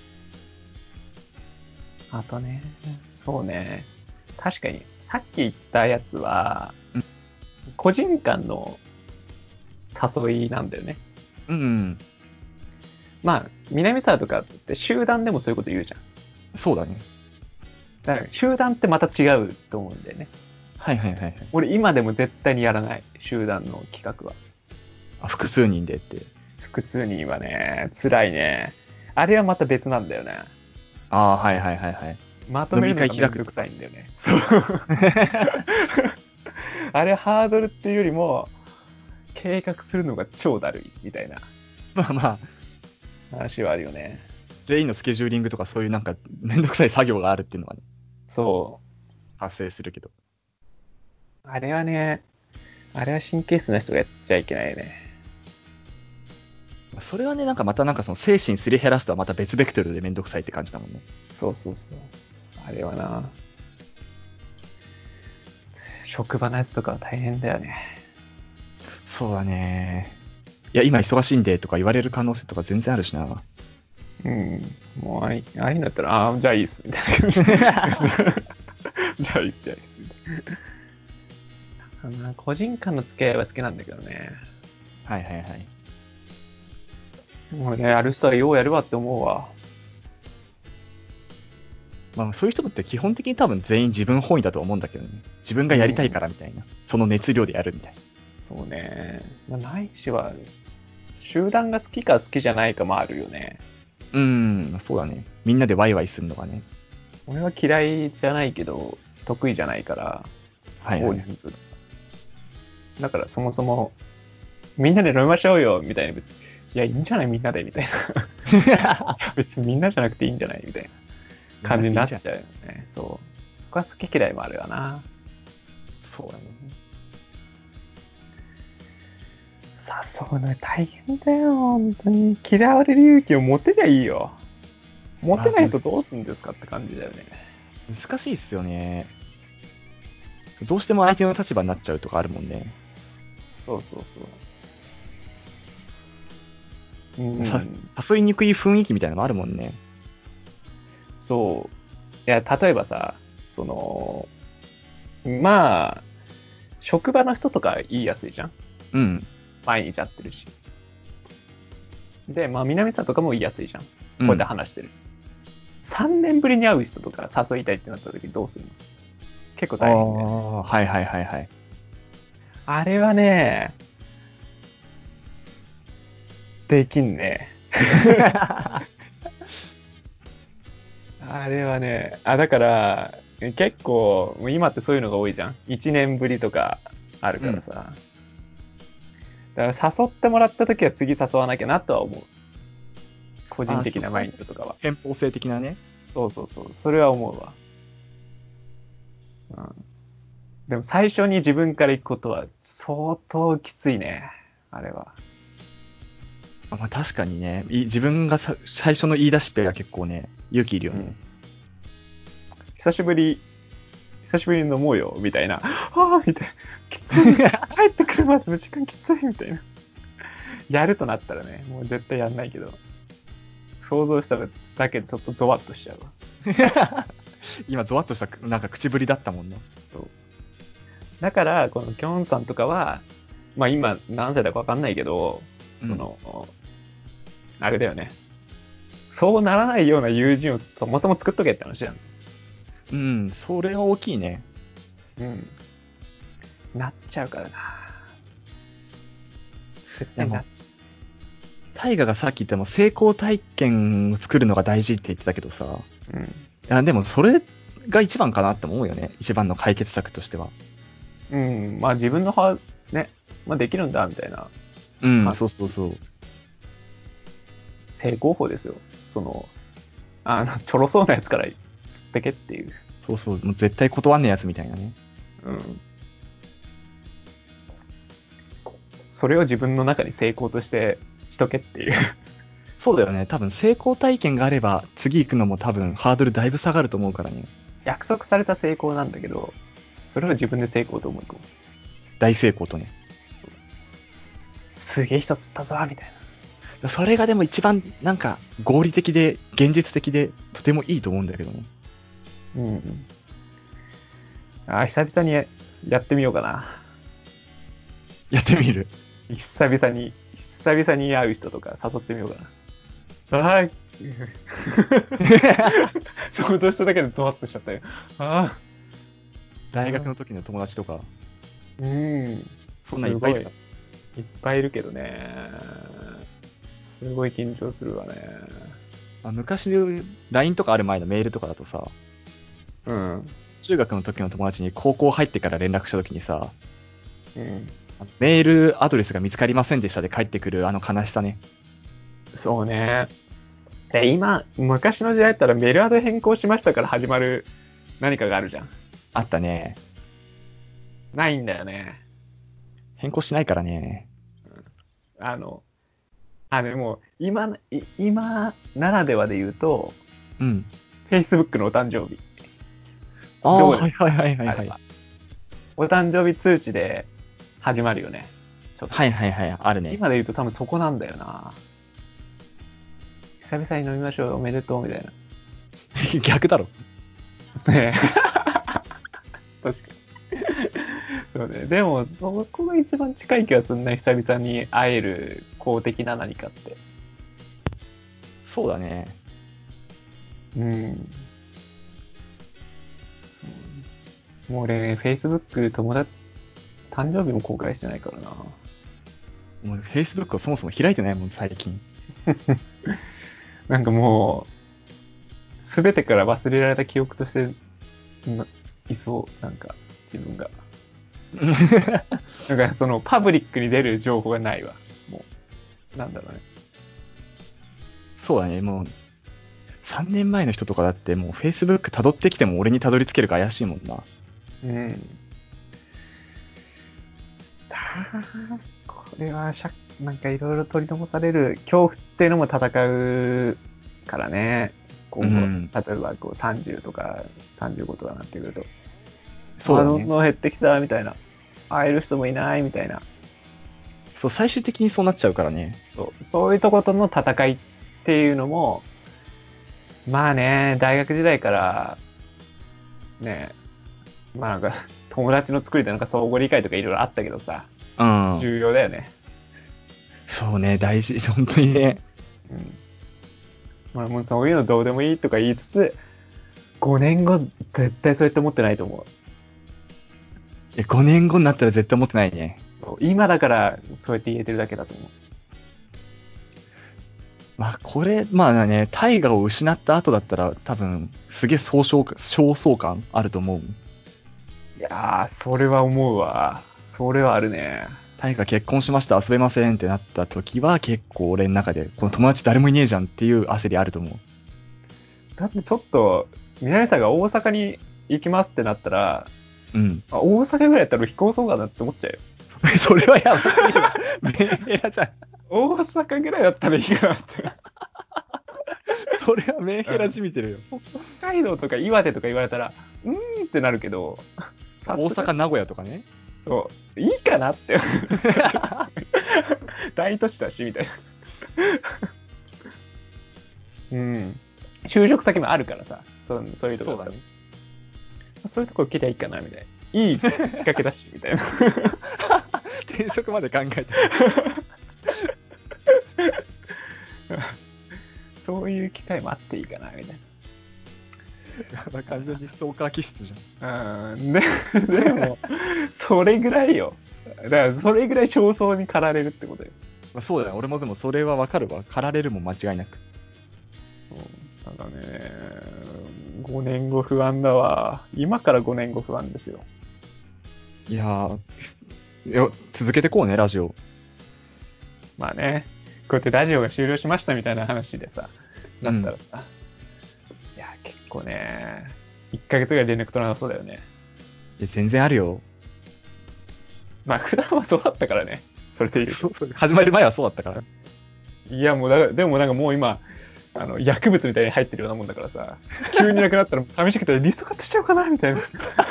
あとね、そうね。確かに、さっき言ったやつはうん、 個人間の誘いなんだよね。 うん。 まあ、南沢とかって集団でもそういうこと言うじゃん。 そうだね。 だから集団ってまた違うと思うんだよね。 はいはいはいはい。 俺今でも絶対にやらない。集団の企画は。 あ、複数人でって。 複数人はね、辛いね。あれはまた別なんだよね。 ああ、はいはいはいはい。 まとめるのがめんどくさいんだよね。そう。あれハードルっていうよりも、計画するのが超だるいみたいなまあまあ、 話はあるよね。 全員のスケジューリングとかそういうなんかめんどくさい作業があるっていうのはね、 そ発生するけど。 う。あれはね、あれは神経質な人がやっちゃいけないよね。 それはね、なんかまたなんかその精神すり減らすとはまた別ベクトルでめんどくさいって感じだもんね。 そうそうそう。あれはな、職場のやつとかは大変だよね。 そうだね。いや、今忙しいんでとか言われる可能性とか全然あるしな。 うん。もうああいああいうのだったら、ああ、じゃあいいっす、みたいな感じ。じゃあいいっす、じゃあいいっす、みたいな。あの個人間の付き合いは好きなんだけどね。 はいはいはい。 もうね、やる人はようやるわって思うわ。 まあそういう人って基本的に多分全員自分本位だと思うんだけどね。自分がやりたいからみたいな。その熱量でやるみたいな。 そうね。まあ、ないしは、集団が好きか好きじゃないかもあるよね。 うーん、そうだね。みんなでワイワイするのがね。 俺は嫌いじゃないけど、得意じゃないから、 はいはい。 大人数だ。だからそもそも、みんなで飲みましょうよ、みたいな。いや、いいんじゃないみんなで、みたいな。別にみんなじゃなくていいんじゃないみたいな感じになっちゃうよね。そう。僕は好き嫌いもあるわな。 そうだね。 誘うの大変だよ、本当に。嫌われる勇気を持てりゃいいよ。持てない人どうすんですかって感じだよね。 難しいっすよね。どうしても相手の立場になっちゃうとかあるもんね。 そうそうそう。うん。 さ誘いにくい雰囲気みたいなのもあるもんね。 そう。いや、例えばさ、その、まあ、職場の人とか言いやすいじゃん。 うん。 毎日会ってるし。で、まあ、南さんとかも言いやすいじゃん。こうやってうん。 話してるし。さんねんぶりに会う人とか誘いたいってなった時どうするの？結構あ大変で。 あ、はいはいはいはい。 あれはね、できんね。あれはね、あ、だから、結構、今ってそういうのが多いじゃん。いちねんぶりとかあるからさ。だから誘ってもらった時は次誘わなきゃなとは思う。個人あ、 的なマそこはインドとかは。 偏方性的なね。 そうそうそう。それは思うわ。うん。でも最初に自分から行くことは相当きついね。あれは。 あまあ確かにね、い自分がさ最初の言い出しっぺが結構ね、勇気いるよね。 うん。久しぶり、久しぶりに飲もうよ、みたいな。ああ、みたいな。きつい。帰ってくるまでの時間きつい、みたいな。やるとなったらね、もう絶対やんないけど。想像したらだけでちょっとゾワッとしちゃうわ。 今、ゾワッとした、なんか口ぶりだったもんな。 そう。 だから、このキョンさんとかは、まあ今何歳だかわかんないけど、 うん、 その、あれだよね。そうならないような友人をそもそも作っとけって話じゃん。 うん、それは大きいね。 うん。なっちゃうからな。絶いやもう対なっ、 タイガがさっき言ったも成功体験を作るのが大事って言ってたけどさ、 うん。 いやでもそれが一番かなって思うよね。一番の解決策としては。 うん。まあ自分の歯、ね、まあできるんだ、みたいなうん、 感じ。 そうそうそう。 成功法ですよ。その、あの、ちょろそうなやつから釣ってけっていう。 そうそう、もう絶対断んねえやつみたいなね。 うん。それを自分の中に成功としてしとけっていう。 そうだよね。多分成功体験があれば、次行くのも多分ハードルだいぶ下がると思うからね。 約束された成功なんだけど、それを自分で成功と思い込む。 大成功とね。 すげえ人釣ったぞみたいそれがでも一番なんか合理的で現実的でとてもいいと思うんだけどね。 な。うん。あ、久々にやってみようかな。 やってみる。 久々に、久々に会う人とか誘ってみようかな。はい。想像しただけでドワッとしちゃったよ。ああ。 大学の時の友達とか、 うん。 そんなんいっぱいいるすごい。いっぱいいるけどね。すごい緊張するわね。 まあ、昔の ライン とかある前のメールとかだとさ、 うん。 中学の時の友達に高校入ってから連絡した時にさ、 うん。 メールアドレスが見つかりませんでしたで帰ってくるあの悲しさね。 そうね。で、今、昔の時代だったらメールアド変更しましたから始まる何かがあるじゃん。 あったね。 ないんだよね。 変更しないからね。 あの、あの、もう、今、い今ならではで言うと、 うん。 Facebook のお誕生日。 ああ、 どうですかはいはいはいはいはい。 あれは。お誕生日通知で始まるよね。ちょっと。 はいはいはい、あるね。 今で言うと多分そこなんだよな。久々に飲みましょう、おめでとう、みたいな。 逆だろ。 ねえ。確かに。そうね。でも、そこが一番近い気がすんな、久々に会える公的な何かって。 そうだね。 うん。そうもう俺、Facebook 友達、誕生日も公開してないからな。 もう Facebook をそもそも開いてないもん、最近。 なんかもう、すべてから忘れられた記憶としていそう、なんか、自分が。なんかそのパブリックに出る情報がないわ。もう、なんだろうね。 そうだね、もう、さんねんまえの人とかだってもう Facebook 辿ってきても俺に辿り着けるか怪しいもんな。 うん。これはしゃ、なんかいろいろ取り残される恐怖っていうのも戦うからね。今後、 うん。 例えばこうさんじゅうとかさんじゅうごとかなってくると、あ、 そうだね。 どんどん減ってきたみたいな。会える人もいないみたいな。 そう、最終的にそうなっちゃうからね。 そうそういうとことの戦いっていうのも、まあね、大学時代からね、まあなんか友達の作りでなんか相互理解とかいろいろあったけどさ、 うん。 重要だよね。 そうね、大事、本当にね。 うん。まあもうそういうのどうでもいいとか言いつつ、ごねんご絶対そうやって思ってないと思え、ごねんごになったら絶対思ってないね。 う。今だからそうやって言えてるだけだと思う。 まあ、これ、まあね、大河を失った後だったら多分、すげえ総称感、焦燥感あると思う。 いやー、それは思うわ。それはあるね。 大河結婚しました、遊べませんってなった時は結構俺の中で、この友達誰もいねえじゃんっていう焦りあると思う。 だってちょっと、南さんが大阪に行きますってなったら、 うん。 あ大阪ぐらいやったら飛行そうかなって思っちゃうよ。 それはやばすぎるわ。メンヘラじゃん。 大阪ぐらいだったらいいかなって。 それはメンヘラじみてるよ。 北海道とか岩手とか言われたら、うーんってなるけど、 大阪、名古屋とかね。 そう、いいかなって。大都市だし、みたいな。うん。就職先もあるからさ、そうそういうところだったら。 そうだね。 そういうところ来りゃいいかな、みたいな。 いいきっかけだし、みたいな。 転職まで考えてる。 そういう機会もあっていいかな、みたいまあ完全にストーカー気質じゃん。 な。うん。で、でも、それぐらいよ。だから、それぐらい焦燥に駆られるってことよ。 まあ、そうだよ。俺もでもそれはわかるわ。駆られるも間違いなく。 うん、ただね、ごねんご不安だわ。今からごねんご不安ですよ。 いやー、いや続けてこうね、ラジオ。 まあね、こうやってラジオが終了しましたみたいな話でさ、だったらさ、いや、結構ね、いっかげつぐらい連絡取らなそうだよね。 いや全然あるよ。 まあ、普段はそうだったからね。それで言うと。 そうそう始まる前はそうだったから。 いや、もうだから、でもなんかもう今、あの、薬物みたいに入ってるようなもんだからさ、急になくなったら寂しくてリストカットしちゃうかなみたいな。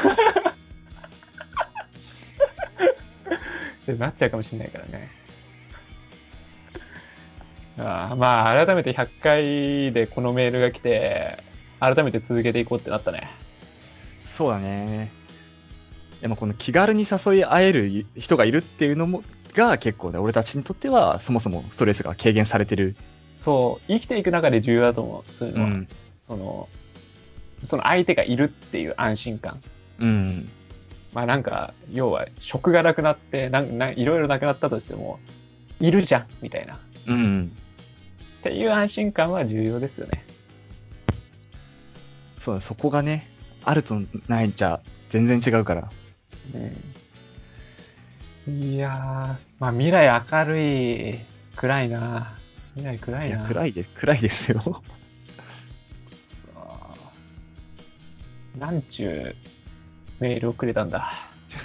でなっちゃうかもしれないからね。ああ、まあ、改めてひゃっかいでこのメールが来て、改めて続けていこうってなったね。 そうだね。でもこの気軽に誘い合える人がいるっていうのもが結構ね、俺たちにとってはそもそもストレスが軽減されてる。 そう、生きていく中で重要だと思う。そういうのは。 うん。 その、その相手がいるっていう安心感。 うん。 まあなんか、要は、職がなくなって、なんないろいろなくなったとしても、いるじゃん、みたいな。 うん。 っていう安心感は重要ですよね。 そうだ、そこがね、あるとないんじゃ全然違うから。 うん、いやー、まあ未来明るい、暗いな。未来暗いな。 いや、暗いで、暗いですよ。 なんちゅうメールをくれたんだ。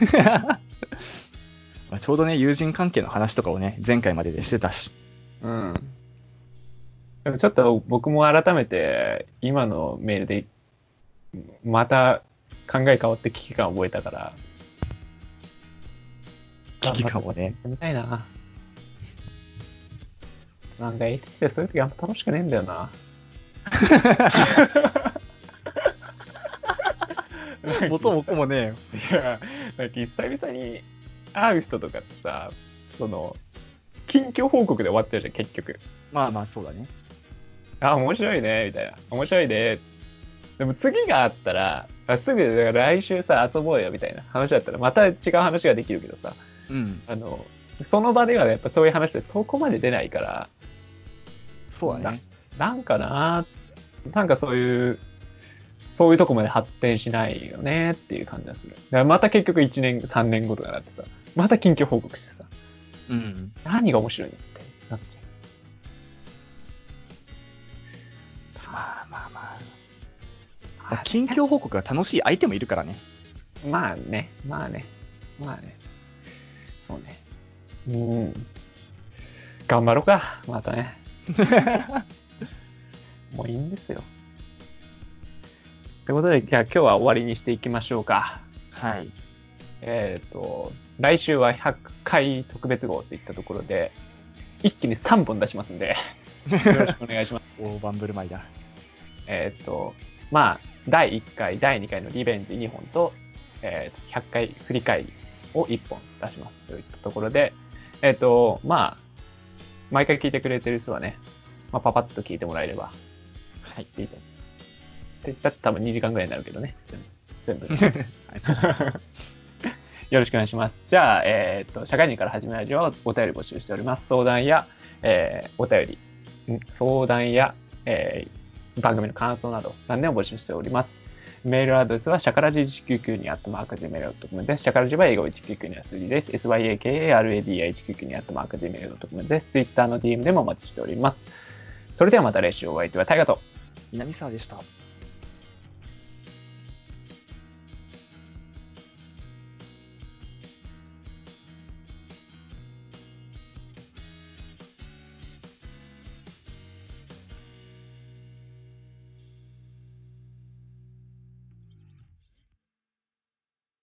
まあちょうどね、友人関係の話とかをね、前回まででしてたし。 うん。でもちょっと僕も改めて今のメールでまた考え変わって危機感を覚えたから。 危機感をね。 やってみたいな。なんか生きてきてそういう時あんま楽しくねえんだよな。 元も子もねえよ。 いや、なんか久々に会う人とかってさ、その、近況報告で終わっちゃうじゃん、結局。 まあまあ、そうだね。 あ、面白いね、みたいな。面白いね。でも次があったら、あすぐ、だから来週さ、遊ぼうよ、みたいな話だったら、また違う話ができるけどさ、 うん。 あの、その場ではやっぱそういう話でそこまで出ないから、 そうだね。 な、なんかな、なんかそういう、そういうとこまで発展しないよねっていう感じがする。だからまた結局いちねん、さんねんごとかなってさ、また近況報告してさ、 うん。 何が面白いのってなっちゃう。 まあまあまあ。 あまあ、近況報告が楽しい相手もいるからね。 まあね、まあね、まあね。そうね。うん。頑張ろうか、またね。もういいんですよ。ということで、じゃあ今日は終わりにしていきましょうか。 はい。 えっ、と、来週はひゃっかい特別号といったところで、一気にさんぼん出しますんで、よろしくお願いします。 大盤振る舞いだ。 えっ、と、まあ、だいいっかい、だいにかいのリベンジにほんと、えー、ひゃっかい振り返りをいっぽん出しますといったところで、えっ、と、まあ、毎回聞いてくれてる人はね、まあ、パパッと聞いてもらえれば、はい、いいと。って言ったら多分にじかんぐらいになるけどね、全部。全部ね。よろしくお願いします。じゃあ、えっ、と、社会人から始めるラジオはお便り募集しております。相談や、えー、お便り、ん相談や、えー、番組の感想など、何でも募集しております。メールアドレスは、シャカラジいちきゅうきゅうにアットマークジメールドットコムです。シャカラジは英語いちきゅうきゅうには数字です。エスワイエーケーエーアールエーディーアイいちきゅうきゅうにアットマークジメールドットコムです。Twitter の ディーエム でもお待ちしております。それではまた来週お会いいたい。タイガと南沢でした。